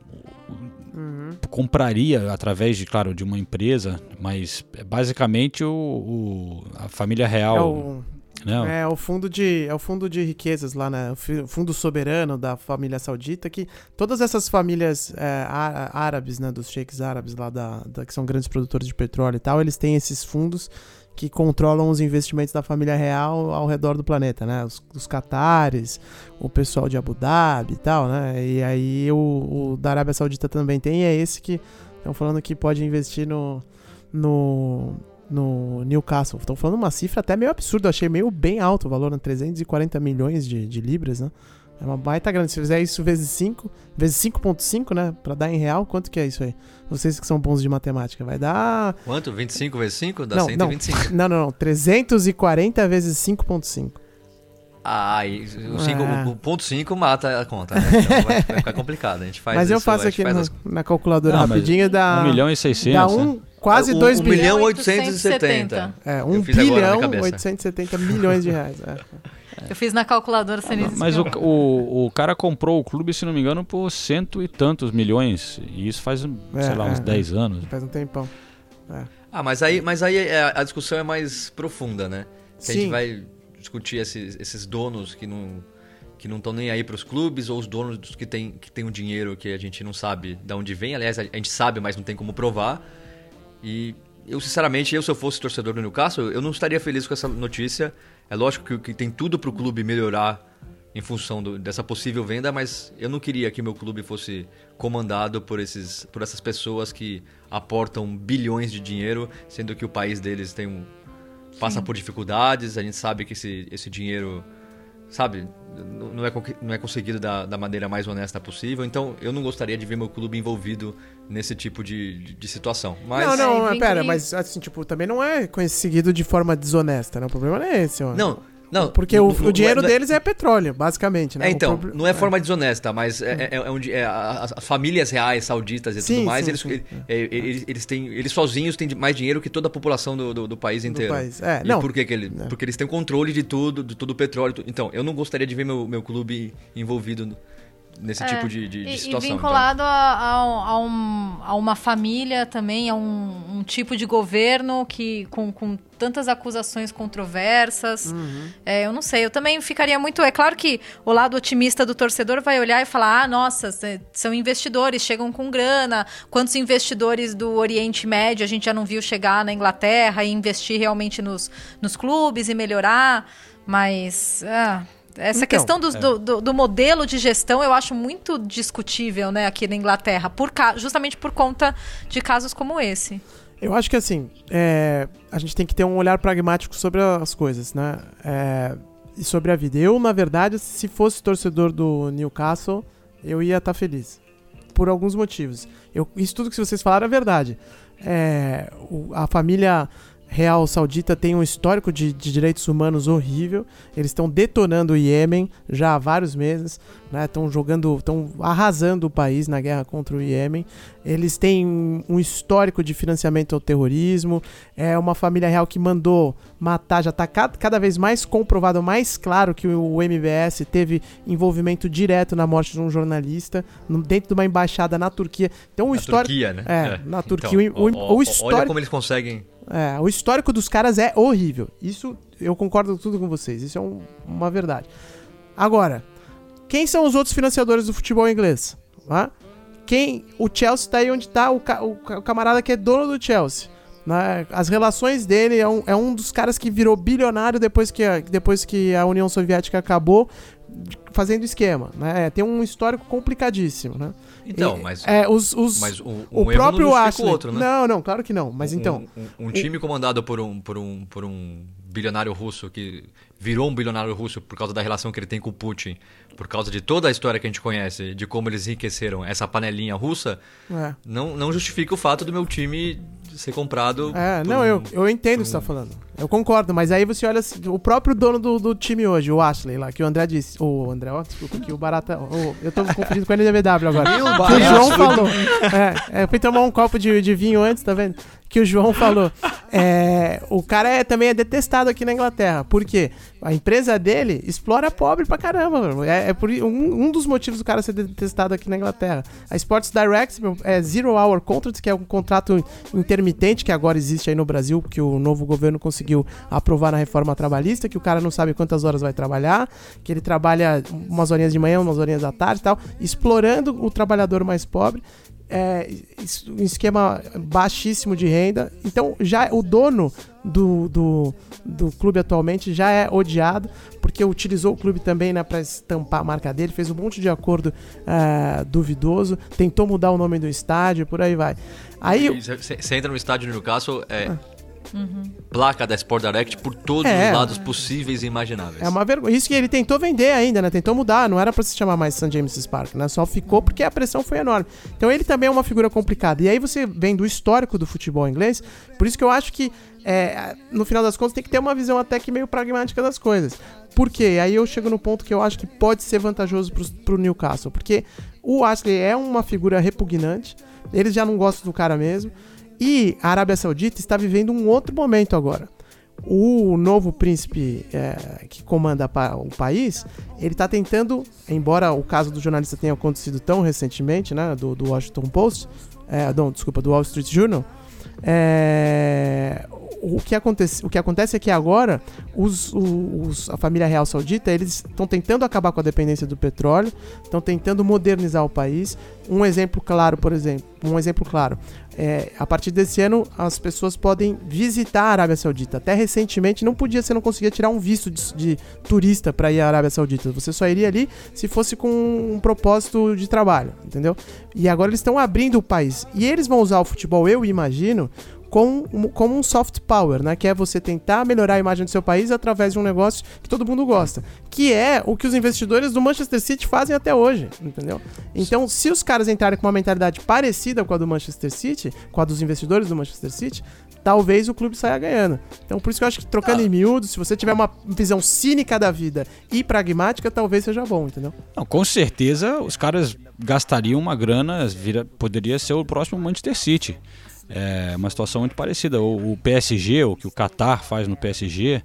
compraria através de uma empresa, mas basicamente a família real. É o fundo de riquezas lá, né? O fundo soberano da família saudita, que todas essas famílias árabes, né, dos sheiks árabes lá que são grandes produtores de petróleo e tal, eles têm esses fundos que controlam os investimentos da família real ao redor do planeta, né? Os catares, o pessoal de Abu Dhabi e tal, né? E aí o da Arábia Saudita também tem, e é esse que estão falando que pode investir no Newcastle. Estão falando uma cifra até meio absurda, eu achei meio bem alto o valor, né? 340 milhões de libras, né? É uma baita grande. Se fizer isso vezes 5, vezes 5.5, né? Pra dar em real, quanto que é isso aí? Vocês que são bons de matemática, vai dar... Quanto? 25 vezes 5? Dá 125. Não. 340 vezes 5.5. O ponto 5 mata a conta, né? Então vai ficar complicado. A gente faz mas eu faço aqui na calculadora rapidinho, dá... 1.600.000. Dá quase 2 bilhões. 1.870. 1 bilhão 870 milhões de reais. Eu fiz na calculadora. Mas o cara comprou o clube, se não me engano, por 100 e tantos milhões. E isso faz, uns 10 anos. Faz um tempão. Mas aí a discussão é mais profunda, né? Que a gente vai discutir esses donos que não estão nem aí para os clubes, ou os donos que tem um dinheiro que a gente não sabe de onde vem. Aliás, a gente sabe, mas não tem como provar. E eu, sinceramente, se eu fosse torcedor do Newcastle, eu não estaria feliz com essa notícia. É lógico que tem tudo para o clube melhorar em função dessa possível venda, mas eu não queria que meu clube fosse comandado por essas pessoas que aportam bilhões de dinheiro, sendo que o país deles passa por dificuldades. A gente sabe que esse dinheiro, não é conseguido da maneira mais honesta possível. Então, eu não gostaria de ver meu clube envolvido nesse tipo de situação. Mas... Não, pera, mas assim, também não é conseguido de forma desonesta, né? O problema não é esse, ó. Não, porque o dinheiro deles é petróleo, basicamente, né? Então, não é forma desonesta, mas as famílias reais sauditas e tudo mais, eles sozinhos têm mais dinheiro que toda a população do país inteiro. Porque eles têm o controle de tudo o petróleo. Então, eu não gostaria de ver meu clube envolvido nesse tipo de situação. E vinculado a uma família também, a um tipo de governo que com tantas acusações controversas. Eu não sei, eu também ficaria muito... É claro que o lado otimista do torcedor vai olhar e falar, nossa, são investidores, chegam com grana. Quantos investidores do Oriente Médio a gente já não viu chegar na Inglaterra e investir realmente nos clubes e melhorar? Mas... Essa questão do modelo de gestão eu acho muito discutível, né, aqui na Inglaterra, justamente por conta de casos como esse. Eu acho que assim, a gente tem que ter um olhar pragmático sobre as coisas, né? E sobre a vida. Eu, na verdade, se fosse torcedor do Newcastle, eu ia estar feliz. Por alguns motivos. Isso tudo que vocês falaram é verdade. A família real saudita tem um histórico de direitos humanos horrível. Eles estão detonando o Iêmen já há vários meses, né? Estão arrasando o país na guerra contra o Iêmen. Eles têm um histórico de financiamento ao terrorismo. É uma família real que mandou matar, já está cada vez mais comprovado, mais claro que o MBS teve envolvimento direto na morte de um jornalista dentro de uma embaixada na Turquia. Então, Turquia, né? Na Turquia. Então, o histórico, olha como eles conseguem... o histórico dos caras é horrível. Isso, eu concordo tudo com vocês. Isso é uma verdade. Agora, quem são os outros financiadores do futebol inglês? O Chelsea tá aí onde tá o camarada que é dono do Chelsea. Né? As relações dele é um dos caras que virou bilionário depois que a União Soviética acabou, fazendo esquema, né? Tem um histórico complicadíssimo, né? Então, mas o próprio Ashley, outro, né? Não, claro que não. Mas então, um time comandado por um bilionário russo que virou um bilionário russo por causa da relação que ele tem com o Putin, por causa de toda a história que a gente conhece, de como eles enriqueceram essa panelinha russa, não justifica o fato do meu time ser comprado. Eu entendo o que você tá falando. Eu concordo, mas aí você olha assim, o próprio dono do time hoje, o Ashley lá, que o André disse. O André, desculpa, que o Barata. Eu tô confundindo com o NWW agora. Que o João falou. Eu fui tomar um copo de vinho antes, tá vendo? Que o João falou. O cara também é detestado aqui na Inglaterra. Por quê? A empresa dele explora pobre pra caramba. Por um dos motivos do cara ser detestado aqui na Inglaterra. A Sports Direct é Zero Hour Contract, que é um contrato intermitente que agora existe aí no Brasil, que o novo governo conseguiu aprovar na reforma trabalhista, que o cara não sabe quantas horas vai trabalhar, que ele trabalha umas horinhas de manhã, umas horinhas da tarde e tal, explorando o trabalhador mais pobre. Um esquema baixíssimo de renda. Então já o dono do clube atualmente já é odiado, porque utilizou o clube também, né, para estampar a marca dele, fez um monte de acordo duvidoso, tentou mudar o nome do estádio, por aí vai. Aí você entra no estádio do Newcastle, placa da Sport Direct por todos os lados possíveis e imagináveis. É uma vergonha. Isso que ele tentou vender ainda, né? Tentou mudar, não era pra se chamar mais St. James's Park, né? Só ficou porque a pressão foi enorme. Então ele também é uma figura complicada. E aí você vem do histórico do futebol inglês, por isso que eu acho que no final das contas tem que ter uma visão até que meio pragmática das coisas. Por quê? Aí eu chego no ponto que eu acho que pode ser vantajoso pro Newcastle, porque o Ashley é uma figura repugnante, eles já não gostam do cara mesmo. E a Arábia Saudita está vivendo um outro momento agora. O novo príncipe que comanda o país, ele está tentando, embora o caso do jornalista tenha acontecido tão recentemente, né, do Washington Post, do Wall Street Journal, o que acontece é que agora a família real saudita, eles estão tentando acabar com a dependência do petróleo, estão tentando modernizar o país. Um exemplo claro, a partir desse ano as pessoas podem visitar a Arábia Saudita. Até recentemente você não conseguia tirar um visto de turista para ir à Arábia Saudita. Você só iria ali se fosse com um propósito de trabalho, entendeu? E agora eles estão abrindo o país. E eles vão usar o futebol, eu imagino, como um soft power, né? Que é você tentar melhorar a imagem do seu país através de um negócio que todo mundo gosta. Que é o que os investidores do Manchester City fazem até hoje, entendeu? Então, se os caras entrarem com uma mentalidade parecida com a do Manchester City, com a dos investidores do Manchester City, talvez o clube saia ganhando. Então, por isso que eu acho que trocando em miúdos, se você tiver uma visão cínica da vida e pragmática, talvez seja bom, entendeu? Não, com certeza os caras gastariam uma grana, poderia ser o próximo Manchester City. É uma situação muito parecida. O PSG, o que o Qatar faz no PSG,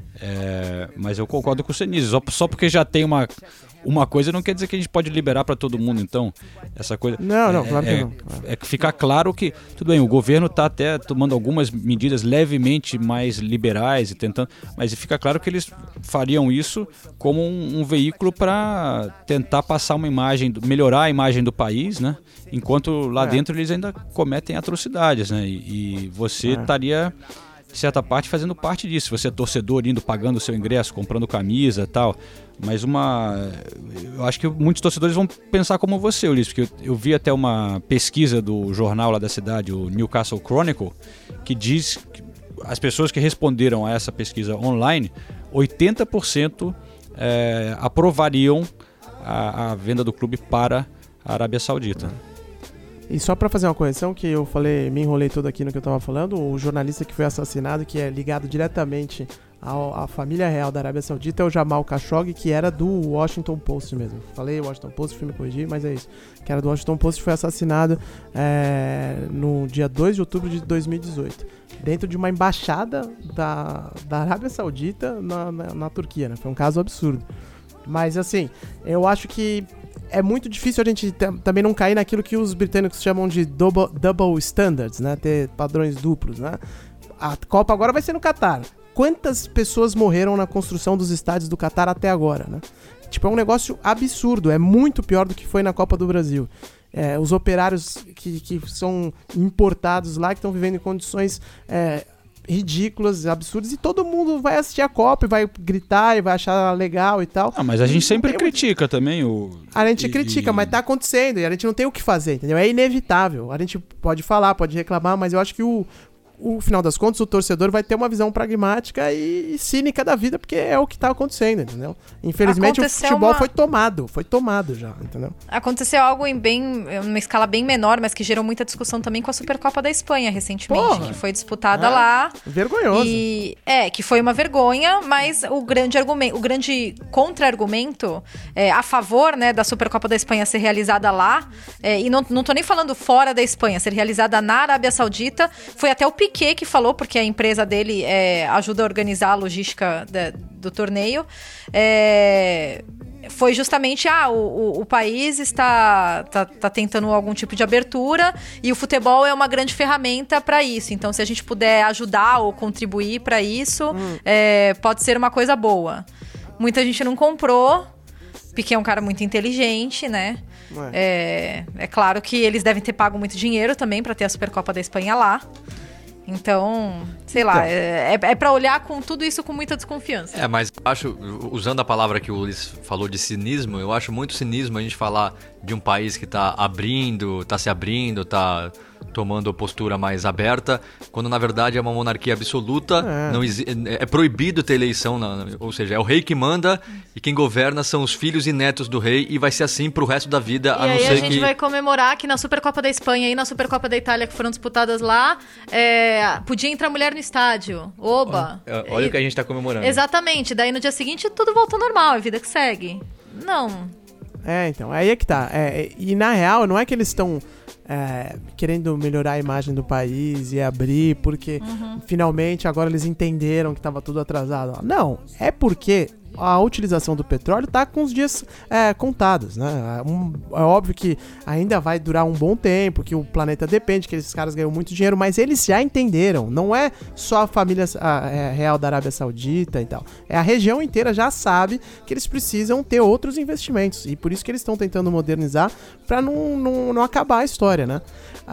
mas eu concordo com o Senise. Só porque já tem uma coisa não quer dizer que a gente pode liberar para todo mundo. Então, essa coisa. Não, claro que não. É que ficar claro que, tudo bem, o governo está até tomando algumas medidas levemente mais liberais e tentando. Mas fica claro que eles fariam isso como um veículo para tentar passar uma imagem, melhorar a imagem do país, né? Enquanto lá dentro eles ainda cometem atrocidades, né? E você estaria, de certa parte, fazendo parte disso. Você é torcedor, indo, pagando o seu ingresso, comprando camisa e tal. Mas eu acho que muitos torcedores vão pensar como você, Ulisses, porque eu vi até uma pesquisa do jornal lá da cidade, o Newcastle Chronicle, que diz que as pessoas que responderam a essa pesquisa online, 80% aprovariam a venda do clube para a Arábia Saudita. E só pra fazer uma correção, que eu falei, me enrolei todo aqui no que eu tava falando, o jornalista que foi assassinado, que é ligado diretamente à família real da Arábia Saudita, é o Jamal Khashoggi, que era do Washington Post mesmo. Falei Washington Post, fui me corrigir, mas é isso. Que era do Washington Post, foi assassinado no dia 2 de outubro de 2018. Dentro de uma embaixada da Arábia Saudita na Turquia, né? Foi um caso absurdo. Mas assim, eu acho que é muito difícil a gente também não cair naquilo que os britânicos chamam de double standards, né? Ter padrões duplos, né? A Copa agora vai ser no Catar. Quantas pessoas morreram na construção dos estádios do Catar até agora, né? Tipo, é um negócio absurdo, é muito pior do que foi na Copa do Brasil. Os operários que são importados lá, que estão vivendo em condições ridículas, absurdas, e todo mundo vai assistir a Copa e vai gritar e vai achar legal e tal. Mas a gente sempre critica também A gente critica, mas tá acontecendo e a gente não tem o que fazer, entendeu? É inevitável. A gente pode falar, pode reclamar, mas eu acho que o final das contas, o torcedor vai ter uma visão pragmática e cínica da vida, porque é o que tá acontecendo, entendeu? Infelizmente, o futebol foi tomado já, entendeu? Aconteceu algo numa escala bem menor, mas que gerou muita discussão também com a Supercopa da Espanha recentemente, que foi disputada lá. Vergonhoso. Que foi uma vergonha, mas o grande contra-argumento a favor, né, da Supercopa da Espanha ser realizada lá, e não tô nem falando fora da Espanha, ser realizada na Arábia Saudita, foi até o Piquet que falou, porque a empresa dele ajuda a organizar a logística do torneio. Foi justamente, o país está tentando algum tipo de abertura e o futebol é uma grande ferramenta para isso. Então, se a gente puder ajudar ou contribuir para isso, pode ser uma coisa boa. Muita gente não comprou, Piquet é um cara muito inteligente, né? É claro que eles devem ter pago muito dinheiro também para ter a Supercopa da Espanha lá. Então, sei lá, é pra olhar com tudo isso com muita desconfiança. Mas eu acho, usando a palavra que o Ulisses falou de cinismo, eu acho muito cinismo a gente falar de um país que tá se abrindo, tá tomando postura mais aberta, quando na verdade é uma monarquia absoluta, é proibido ter eleição, ou seja, é o rei que manda e quem governa são os filhos e netos do rei e vai ser assim pro resto da vida, a não ser que... E aí a gente vai comemorar que na Supercopa da Espanha e na Supercopa da Itália que foram disputadas lá, podia entrar mulher no estádio. Oba! Olha o que a gente tá comemorando. Exatamente, daí no dia seguinte tudo volta ao normal, é a vida que segue. Não. Então, aí é que tá. E na real, não é que eles estão querendo melhorar a imagem do país e abrir, porque finalmente agora eles entenderam que estava tudo atrasado. Não, é porque a utilização do petróleo está com os dias contados, né? É óbvio que ainda vai durar um bom tempo, que o planeta depende, que esses caras ganham muito dinheiro, mas eles já entenderam. Não é só a família real da Arábia Saudita e tal. A região inteira já sabe que eles precisam ter outros investimentos. E por isso que eles estão tentando modernizar para não acabar a história, né?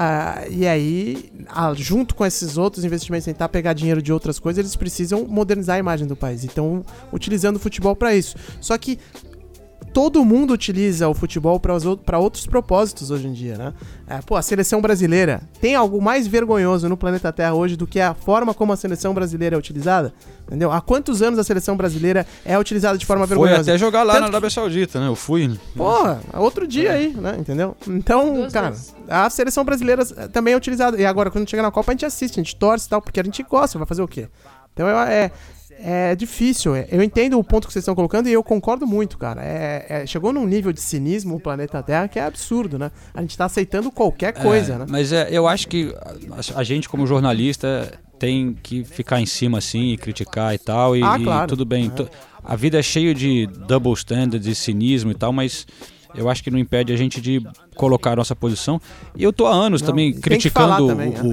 E aí, junto com esses outros investimentos, tentar pegar dinheiro de outras coisas, eles precisam modernizar a imagem do país. Então, utilizando o futebol para isso. Só que todo mundo utiliza o futebol para outros propósitos hoje em dia, né? A seleção brasileira tem algo mais vergonhoso no planeta Terra hoje do que a forma como a seleção brasileira é utilizada? Entendeu? Há quantos anos a seleção brasileira é utilizada de forma vergonhosa? Foi até jogar lá na Arábia Saudita, né? Eu fui. Outro dia aí, né? Entendeu? Então, a seleção brasileira também é utilizada. E agora, quando chega na Copa, a gente assiste, a gente torce e tal, porque a gente gosta, vai fazer o quê? Então, é difícil. Eu entendo o ponto que vocês estão colocando e eu concordo muito, cara. Chegou num nível de cinismo o planeta Terra que é absurdo, né? A gente tá aceitando qualquer coisa, né? Mas eu acho que a gente, como jornalista, tem que ficar em cima assim e criticar e tal. Claro. E tudo bem. A vida é cheia de double standards e cinismo e tal, mas eu acho que não impede a gente de colocar a nossa posição. E eu tô há anos também criticando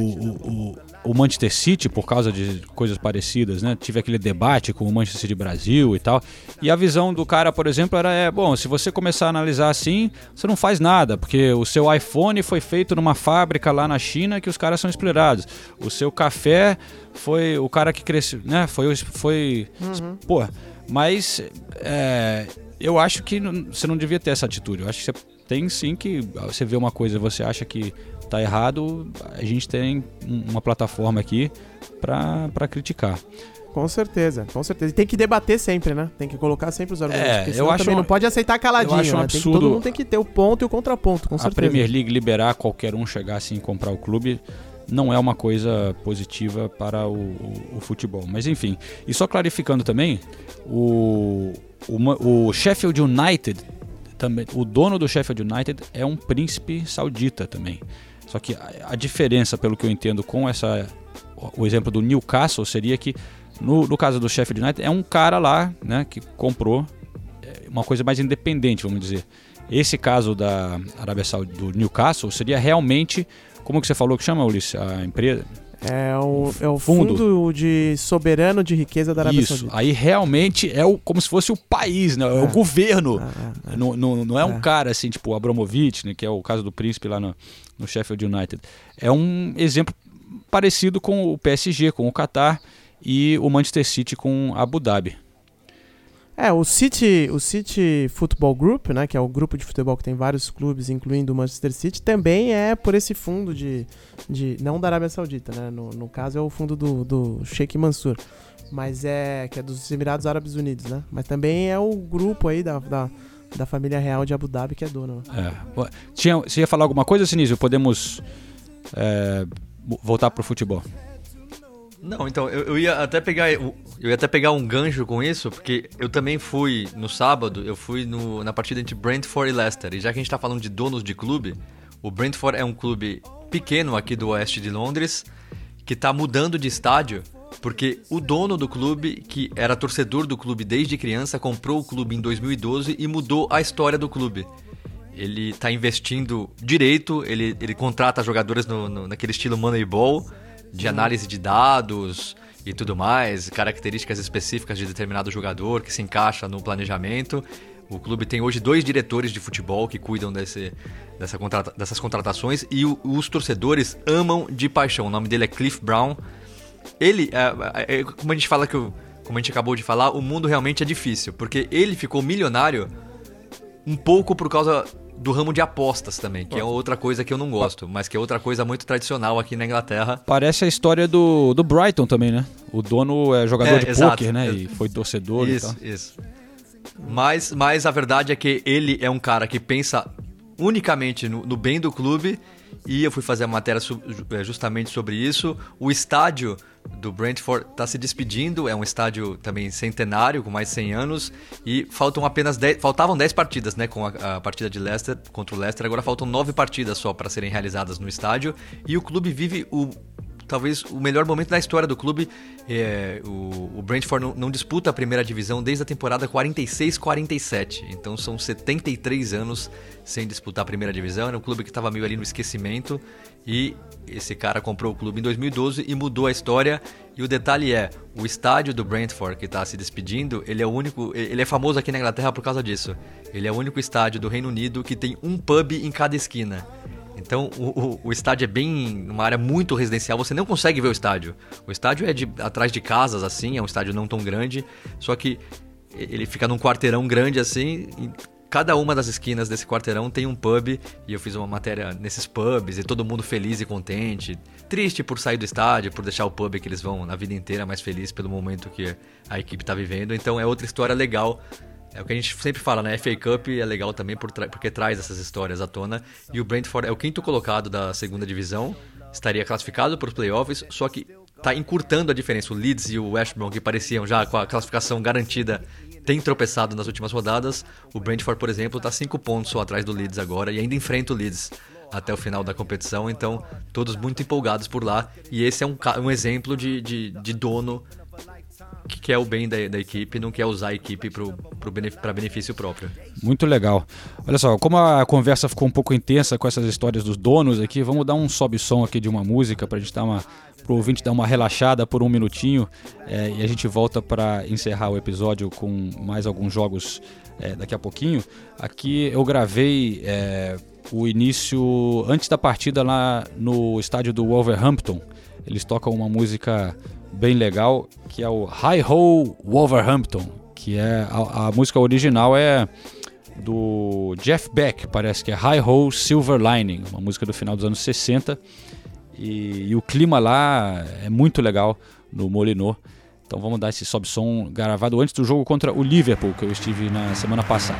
o Manchester City por causa de coisas parecidas, né? Tive aquele debate com o Manchester City Brasil e tal. E a visão do cara, por exemplo, era se você começar a analisar assim, você não faz nada, porque o seu iPhone foi feito numa fábrica lá na China que os caras são explorados. O seu café foi o cara que cresceu, né? Porra, mas eu acho que você não devia ter essa atitude. Eu acho que você tem sim que você vê uma coisa, você acha que tá errado, a gente tem uma plataforma aqui para criticar. Com certeza. E tem que debater sempre, né? Tem que colocar sempre os argumentos. Porque eu acho também não pode aceitar caladinho. Eu acho um absurdo. Todo mundo tem que ter o ponto e o contraponto, com certeza. A Premier League liberar qualquer um chegar assim e comprar o clube não é uma coisa positiva para o futebol. Mas enfim, e só clarificando também, o Sheffield United, também, o dono do Sheffield United é um príncipe saudita também. Só que a diferença, pelo que eu entendo, com o exemplo do Newcastle seria que, no caso do Sheffield United, é um cara lá, né, que comprou uma coisa mais independente, vamos dizer. Esse caso da Arábia Saudita, do Newcastle, seria realmente, como que você falou que chama, Ulisses, a empresa? É o fundo de soberano de riqueza da Arábia Saudita. Isso, aí realmente como se fosse o país, né? É o governo. Não é um cara assim, tipo o Abramovich, né? Que é o caso do príncipe lá no Sheffield United. É um exemplo parecido com o PSG, com o Qatar, e o Manchester City com Abu Dhabi. O City Football Group, né, que é o grupo de futebol que tem vários clubes, incluindo o Manchester City, também é por esse fundo não da Arábia Saudita, né? No caso é o fundo do Sheikh Mansour, mas que é dos Emirados Árabes Unidos, né? Mas também é o grupo aí da família real de Abu Dhabi que é dono. Você ia falar alguma coisa, Sinise? Podemos voltar pro futebol. Não, então, eu ia até pegar um gancho com isso, porque eu também fui, no sábado, na partida entre Brentford e Leicester. E já que a gente tá falando de donos de clube, o Brentford é um clube pequeno aqui do oeste de Londres, que tá mudando de estádio, porque o dono do clube, que era torcedor do clube desde criança, comprou o clube em 2012 e mudou a história do clube. Ele tá investindo direito, ele contrata jogadores naquele estilo Moneyball, de análise de dados e tudo mais, características específicas de determinado jogador que se encaixa no planejamento. O clube tem hoje 2 diretores de futebol que cuidam dessas contratações e os torcedores amam de paixão. O nome dele é Cliff Brown. Ele, como a gente acabou de falar, o mundo realmente é difícil, porque ele ficou milionário um pouco por causa do ramo de apostas também, que é outra coisa que eu não gosto, mas que é outra coisa muito tradicional aqui na Inglaterra. Parece a história do Brighton também, né? O dono é jogador de pôquer, né? E foi torcedor e tal. Isso. Mas a verdade é que ele é um cara que pensa unicamente no bem do clube, e eu fui fazer a matéria justamente sobre isso. O estádio do Brentford está se despedindo, é um estádio também centenário, com mais de 100 anos, e faltavam 10 partidas, né, com a partida de Leicester contra o Leicester, agora faltam 9 partidas só para serem realizadas no estádio, e o clube vive talvez o melhor momento da história do clube. O Brentford não disputa a primeira divisão desde a temporada 46-47, então são 73 anos sem disputar a primeira divisão. Era um clube que estava meio ali no esquecimento, e esse cara comprou o clube em 2012 e mudou a história. E o detalhe o estádio do Brentford, que está se despedindo, ele é famoso aqui na Inglaterra por causa disso. Ele é o único estádio do Reino Unido que tem um pub em cada esquina. Então o estádio é bem numa área muito residencial, você não consegue ver o estádio. O estádio é atrás de casas, assim, é um estádio não tão grande, só que ele fica num quarteirão grande assim, e cada uma das esquinas desse quarteirão tem um pub, e eu fiz uma matéria nesses pubs, e todo mundo feliz e contente, triste por sair do estádio, por deixar o pub que eles vão na vida inteira, mas feliz pelo momento que a equipe está vivendo. Então é outra história legal. É o que a gente sempre fala, né? FA Cup é legal também porque traz essas histórias à tona. E o Brentford é o 5º colocado da segunda divisão, estaria classificado para os playoffs, só que está encurtando a diferença. O Leeds e o West Brom, que pareciam já com a classificação garantida, têm tropeçado nas últimas rodadas. O Brentford, por exemplo, está 5 pontos só atrás do Leeds agora, e ainda enfrenta o Leeds até o final da competição. Então, todos muito empolgados por lá. E esse é um exemplo de dono que quer o bem da equipe, não quer usar a equipe para benefício próprio. Muito legal. Olha só, como a conversa ficou um pouco intensa com essas histórias dos donos aqui, vamos dar um sobe-som aqui de uma música para a gente pro ouvinte dar uma relaxada por um minutinho, e a gente volta para encerrar o episódio com mais alguns jogos daqui a pouquinho. Aqui eu gravei o início antes da partida lá no estádio do Wolverhampton. Eles tocam uma música bem legal, que é o Hi Ho Wolverhampton, que é a música original é do Jeff Beck, parece que é Hi Ho Silver Lining, uma música do final dos anos 60, e o clima lá é muito legal no Molineux. Então vamos dar esse sobe-som gravado antes do jogo contra o Liverpool, que eu estive na semana passada.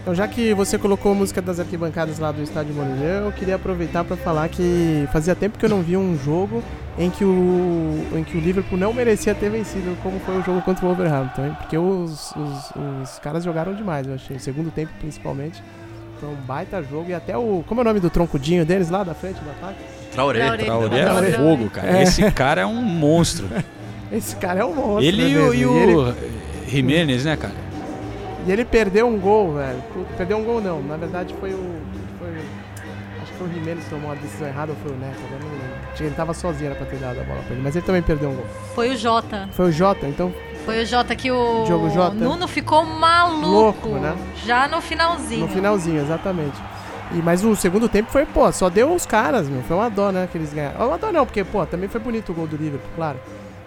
Então, já que você colocou a música das arquibancadas lá do Estádio Morumbi, eu queria aproveitar para falar que fazia tempo que eu não via um jogo em que o Liverpool não merecia ter vencido, como foi o jogo contra o Wolverhampton, hein? Porque os caras jogaram demais, eu achei. O segundo tempo, principalmente. Foi um baita jogo. E até o... Como é o nome do troncudinho deles lá da frente do ataque? Traoré é fogo, cara. Esse cara é um monstro. Esse cara é um monstro. Ele e o Jimenez, né, cara? E ele perdeu um gol, velho. Perdeu um gol não. Na verdade foi acho que foi o Jimenez que tomou a decisão errada ou foi o Neto, eu não lembro. Ele tava sozinho, era pra ter dado a bola pra ele. Mas ele também perdeu um gol. Foi o Jota. Foi o Jota, então... Foi o Jota que o Jota. Nuno ficou maluco. Louco, né? Já no finalzinho. No finalzinho, exatamente. Mas o segundo tempo foi, só deu os caras, meu. Foi uma dó, né, que eles ganharam. Uma dó não, porque, também foi bonito o gol do Liverpool, claro.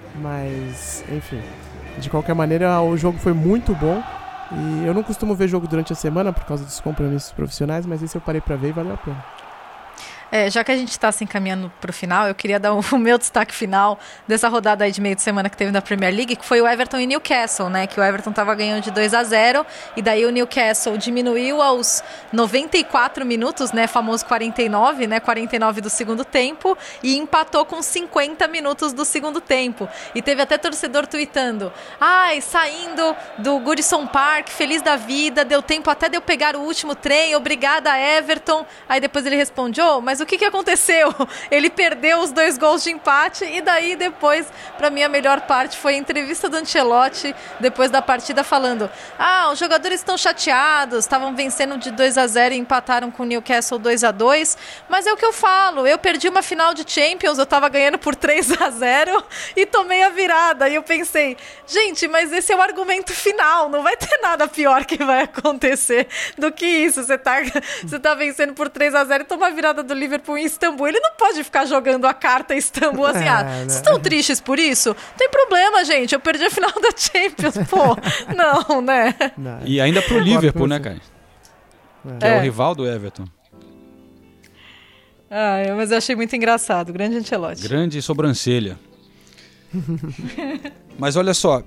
Mas, enfim. De qualquer maneira, o jogo foi muito bom. E eu não costumo ver jogo durante a semana por causa dos compromissos profissionais, mas esse eu parei pra ver e valeu a pena. Já que a gente está se encaminhando para o final, eu queria dar o meu destaque final dessa rodada aí de meio de semana que teve na Premier League, que foi o Everton e Newcastle, né? Que o Everton estava ganhando de 2-0 e daí o Newcastle diminuiu aos 94 minutos, né? Famoso 49, né? 49 do segundo tempo e empatou com 50 minutos do segundo tempo. E teve até torcedor tweetando: saindo do Goodison Park, feliz da vida, deu tempo até de eu pegar o último trem, obrigada Everton. Aí depois ele responde: mas o que aconteceu? Ele perdeu os 2 gols de empate e daí depois, para mim, a melhor parte foi a entrevista do Ancelotti depois da partida falando: os jogadores estão chateados, estavam vencendo de 2-0 e empataram com o Newcastle 2-2, mas é o que eu falo, eu perdi uma final de Champions, eu estava ganhando por 3-0 e tomei a virada. E eu pensei, gente, mas esse é o argumento final, não vai ter nada pior que vai acontecer do que isso. Você tá vencendo por 3-0 e toma a virada do Liverpool em Istambul. Ele não pode ficar jogando a carta em Istambul assim, vocês estão tristes por isso? Não tem problema, gente, eu perdi a final da Champions, não, né? E ainda pro Liverpool, né, cara? Que é o rival do Everton. Mas eu achei muito engraçado, grande Ancelotti. Grande sobrancelha. Mas olha só,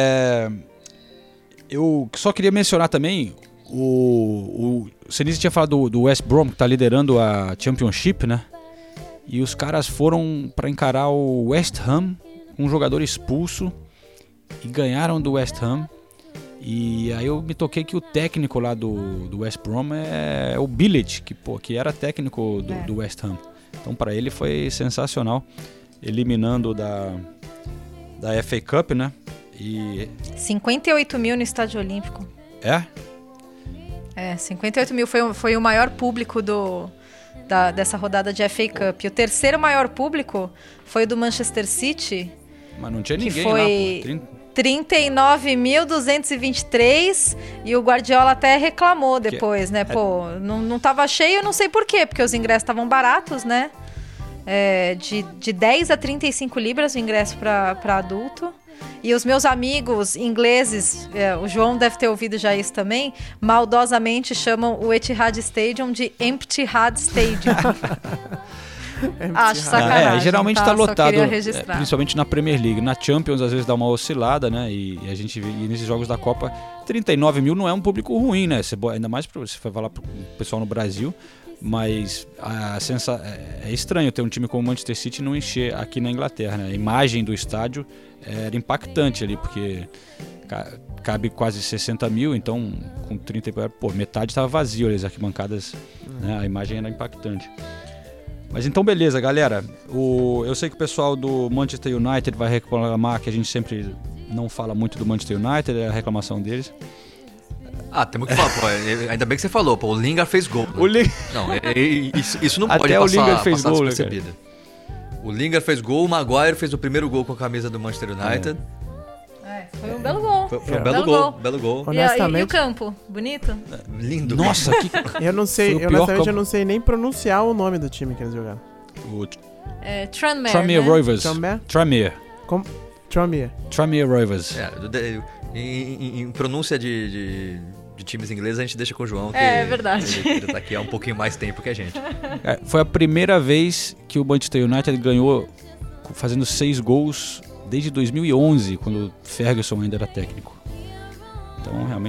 eu só queria mencionar também o Senise tinha falado do West Brom, que tá liderando a Championship, né? E os caras foram para encarar o West Ham, um jogador expulso, e ganharam do West Ham. E aí eu me toquei que o técnico lá do West Brom é o Billet, que era técnico do West Ham. Então para ele foi sensacional, eliminando da FA Cup, né? 58 mil no Estádio Olímpico. 58 mil foi o maior público dessa rodada de FA Cup. E o terceiro maior público foi o do Manchester City. Mas não tinha ninguém que foi lá, 39.223 e o Guardiola até reclamou depois, né? Não tava cheio, eu não sei por quê, porque os ingressos estavam baratos, né? De 10 a 35 libras o ingresso para adulto. E os meus amigos ingleses, o João deve ter ouvido já isso também, maldosamente chamam o Etihad Stadium de Empty-Had Stadium. Acho sacanagem. Geralmente tá lotado, principalmente na Premier League. Na Champions às vezes dá uma oscilada, né? E a gente vê nesses jogos da Copa, 39 mil não é um público ruim, né? Ainda mais pra você falar pro pessoal no Brasil. Mas é estranho ter um time como o Manchester City não encher aqui na Inglaterra, né? A imagem do estádio era impactante ali, porque cabe quase 60 mil, então com 30, metade estava vazio ali, as arquibancadas, né? A imagem era impactante. Mas então beleza, galera, eu sei que o pessoal do Manchester United vai reclamar que a gente sempre não fala muito do Manchester United, é a reclamação deles. Temos que falar, ainda bem que você falou, o Lingard fez gol. Né? Não, isso não pode até passar, o Lingard fez gol, despercebida. O Lingard fez gol, o Maguire fez o primeiro gol com a camisa do Manchester United. Foi um belo gol. Foi um belo gol. Honestamente, e o campo? Bonito? Lindo. Nossa, eu não sei, honestamente eu não sei nem pronunciar o nome do time que eles jogaram. Tranmere, Rovers. Tranmere. Tranmere Rovers. Em pronúncia de times ingleses a gente deixa com o João, que é verdade. Ele tá aqui há um pouquinho mais tempo que a gente. Foi a primeira vez que o Manchester United ganhou fazendo 6 gols desde 2011, quando o Ferguson ainda era técnico. Então realmente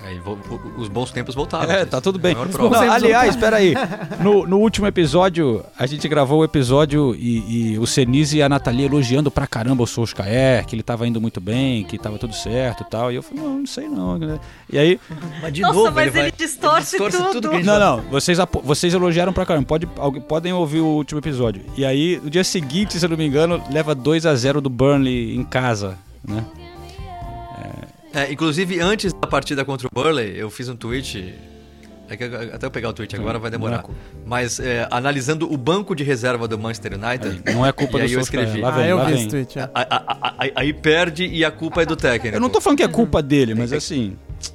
Os bons tempos voltaram. Tá tudo bem. Maior Não, prova. aliás, espera aí. No último episódio, a gente gravou o episódio e o Senise e a Nathalie elogiando pra caramba o Solskjaer, que ele tava indo muito bem, que tava tudo certo e tal. E eu falei, não sei não. E aí... Mas de Nossa, novo, mas ele distorce tudo. que a gente fala. Não, vocês elogiaram pra caramba. Podem ouvir o último episódio. E aí, no dia seguinte, se eu não me engano, leva 2-0 do Burnley em casa, né? Inclusive, antes da partida contra o Burnley, eu fiz um tweet. Até eu pegar o tweet agora vai demorar. Mas analisando o banco de reserva do Manchester United. Não é culpa do eu Solskjaer. escrevi. Lá vem, eu lá vi vem. esse tweet. Aí perde e a culpa é do técnico. Eu não tô falando que é culpa dele, mas assim...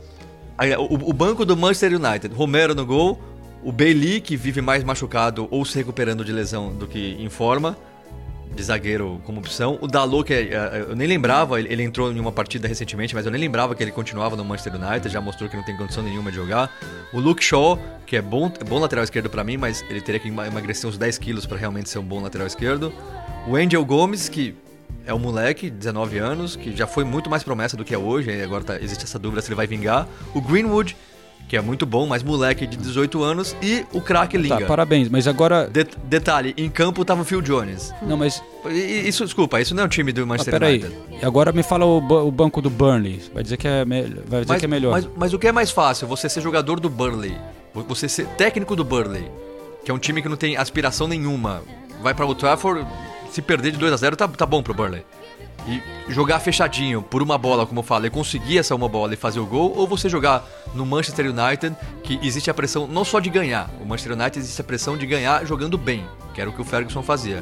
O banco do Manchester United, Romero no gol, o Bailey, que vive mais machucado ou se recuperando de lesão do que em forma, de zagueiro como opção. O Dalot, que eu nem lembrava, ele entrou em uma partida recentemente, mas eu nem lembrava que ele continuava no Manchester United, já mostrou que não tem condição nenhuma de jogar. O Luke Shaw, que é bom lateral esquerdo pra mim, mas ele teria que emagrecer uns 10 quilos pra realmente ser um bom lateral esquerdo. O Angel Gomes, que é um moleque, 19 anos, que já foi muito mais promessa do que é hoje, e agora existe essa dúvida se ele vai vingar. O Greenwood, que é muito bom, mas moleque de 18 anos, e o craque Lingard. Tá, parabéns, mas agora... Detalhe, em campo tava o Phil Jones. Não, mas... Desculpa, isso não é um time do Manchester United. Peraí, agora me fala o banco do Burnley. Vai dizer que é melhor. Mas o que é mais fácil? Você ser jogador do Burnley, você ser técnico do Burnley, que é um time que não tem aspiração nenhuma, vai pra Old Trafford, se perder de 2-0 tá bom pro Burnley. E jogar fechadinho por uma bola, como eu falei, conseguir essa uma bola e fazer o gol, ou você jogar no Manchester United, que existe a pressão não só de ganhar, o Manchester United existe a pressão de ganhar jogando bem, que era o que o Ferguson fazia.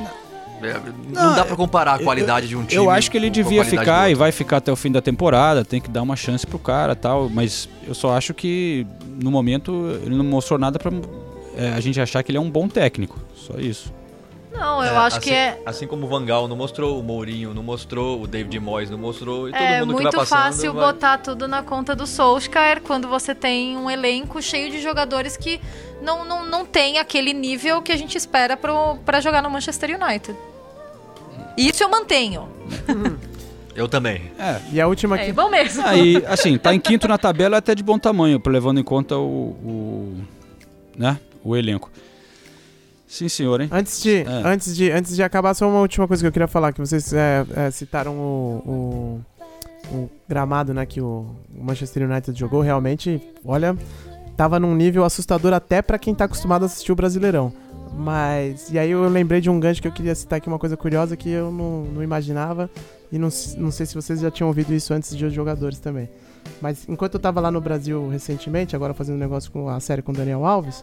Não dá pra comparar a qualidade de um time. Eu acho que ele devia ficar e vai ficar até o fim da temporada, tem que dar uma chance pro cara e tal, mas eu só acho que no momento ele não mostrou nada pra a gente achar que ele é um bom técnico, só isso. Não, eu acho assim, que é... Assim como o Van Gaal não mostrou, o Mourinho não mostrou, o David Moyes não mostrou, e todo mundo que vai passando... É muito fácil botar tudo na conta do Solskjaer quando você tem um elenco cheio de jogadores que não tem aquele nível que a gente espera pra jogar no Manchester United. Isso eu mantenho. Eu também. E a última aqui... É bom mesmo. Aí, assim, tá em quinto na tabela, é até de bom tamanho, levando em conta o elenco. Sim, senhor, hein? Antes de acabar, só uma última coisa que eu queria falar, que vocês citaram o gramado, né, que o Manchester United jogou, realmente, olha, tava num nível assustador até pra quem tá acostumado a assistir o Brasileirão. Mas, e aí eu lembrei de um gancho que eu queria citar aqui, uma coisa curiosa que eu não imaginava, e não sei se vocês já tinham ouvido isso antes de os jogadores também. Mas enquanto eu tava lá no Brasil recentemente, agora fazendo um negócio com a série com o Daniel Alves,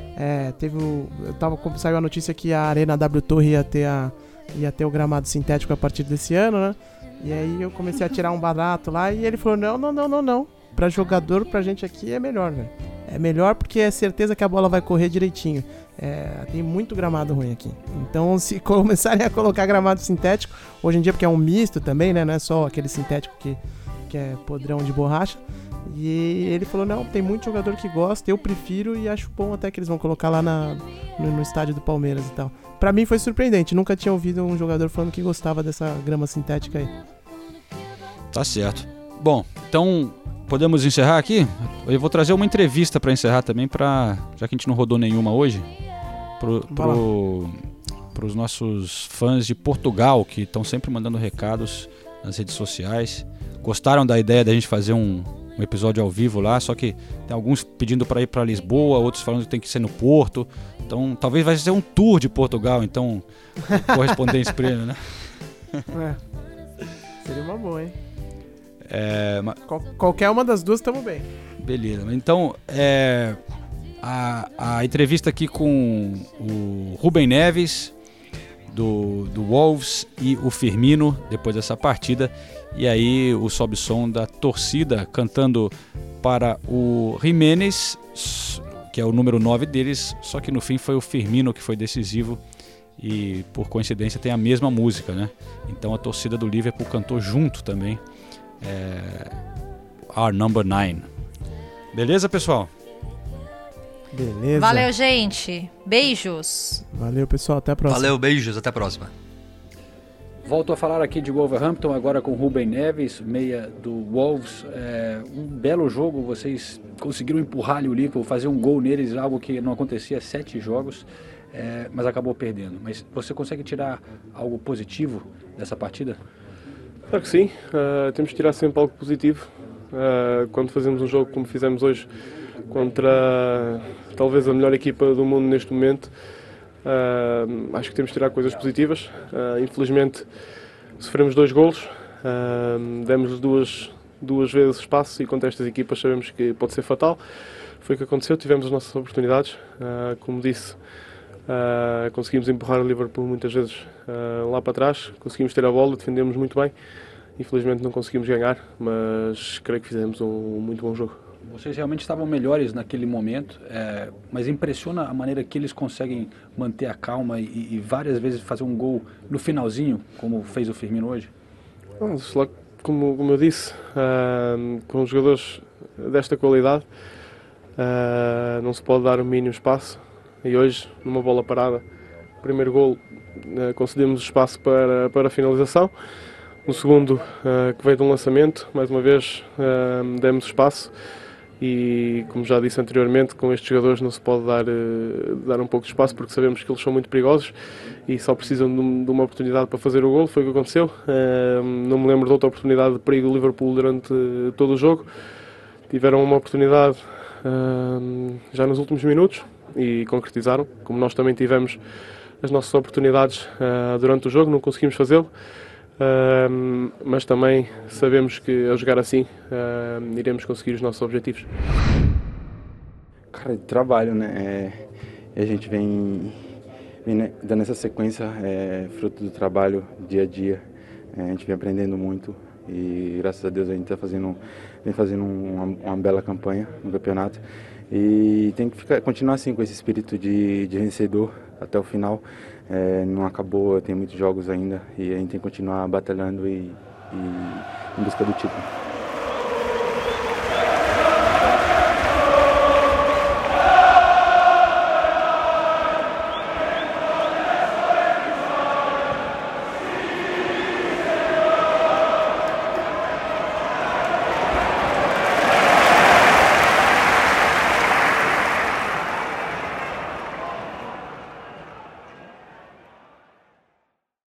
saiu a notícia que a Arena W Torre ia ter o gramado sintético a partir desse ano, né? E aí eu comecei a tirar um barato lá e ele falou, não. Pra jogador, pra gente aqui é melhor, velho. É melhor porque é certeza que a bola vai correr direitinho. Tem muito gramado ruim aqui. Então, se começarem a colocar gramado sintético, hoje em dia, porque é um misto também, né? Não é só aquele sintético que é podrão de borracha. E ele falou, não, tem muito jogador que gosta, eu prefiro e acho bom até que eles vão colocar lá no estádio do Palmeiras e tal. Pra mim foi surpreendente, nunca tinha ouvido um jogador falando que gostava dessa grama sintética aí. Tá certo. Bom, então podemos encerrar aqui? Eu vou trazer uma entrevista pra encerrar também, já que a gente não rodou nenhuma hoje, pros nossos fãs de Portugal, que estão sempre mandando recados nas redes sociais. Gostaram da ideia da gente fazer um episódio ao vivo lá, só que tem alguns pedindo para ir para Lisboa, outros falando que tem que ser no Porto. Então, talvez vai ser um tour de Portugal, então, correspondente prêmio, né? Seria uma boa, hein? Qualquer uma das duas, estamos bem. Beleza. Então, a entrevista aqui com o Rubem Neves, do Wolves, e o Firmino, depois dessa partida. E aí o sobe-som da torcida cantando para o Jimenez, que é o número 9 deles, só que no fim foi o Firmino que foi decisivo e por coincidência tem a mesma música, né? Então a torcida do Liverpool cantou junto também, Our Number 9. Beleza, pessoal? Beleza. Valeu, gente. Beijos. Valeu, pessoal. Até a próxima. Valeu, beijos. Até a próxima. Volto a falar aqui de Wolverhampton, agora com Rubem Neves, meia do Wolves. Um belo jogo, vocês conseguiram empurrar ali o Liverpool, fazer um gol neles, algo que não acontecia há 7 jogos, mas acabou perdendo. Mas você consegue tirar algo positivo dessa partida? Claro que sim, temos que tirar sempre algo positivo. Quando fazemos um jogo como fizemos hoje, contra talvez a melhor equipa do mundo neste momento, acho que temos que tirar coisas positivas. Infelizmente sofremos 2 golos, demos duas vezes espaço e contra estas equipas sabemos que pode ser fatal. Foi o que aconteceu, tivemos as nossas oportunidades, como disse, conseguimos empurrar o Liverpool muitas vezes lá para trás, conseguimos ter a bola, defendemos muito bem. Infelizmente não conseguimos ganhar, mas creio que fizemos um muito bom jogo. Vocês realmente estavam melhores naquele momento, mas impressiona a maneira que eles conseguem manter a calma e várias vezes fazer um gol no finalzinho, como fez o Firmino hoje? Como eu disse, com jogadores desta qualidade, não se pode dar o mínimo espaço. E hoje, numa bola parada, primeiro gol, concedemos espaço para a finalização. No segundo, que veio de um lançamento, mais uma vez demos espaço. E, como já disse anteriormente, com estes jogadores não se pode dar um pouco de espaço, porque sabemos que eles são muito perigosos e só precisam de uma oportunidade para fazer o golo. Foi o que aconteceu. Não me lembro de outra oportunidade de perigo do Liverpool durante todo o jogo. Tiveram uma oportunidade já nos últimos minutos e concretizaram, como nós também tivemos as nossas oportunidades durante o jogo, não conseguimos fazê-lo. Mas também sabemos que ao jogar assim iremos conseguir os nossos objetivos. Cara, de trabalho, né? E a gente vem dando essa sequência, fruto do trabalho, dia a dia. A gente vem aprendendo muito e graças a Deus a gente vem fazendo uma bela campanha no campeonato. E tem que continuar assim com esse espírito de vencedor até o final. Não acabou, tem muitos jogos ainda e a gente tem que continuar batalhando e em busca do título.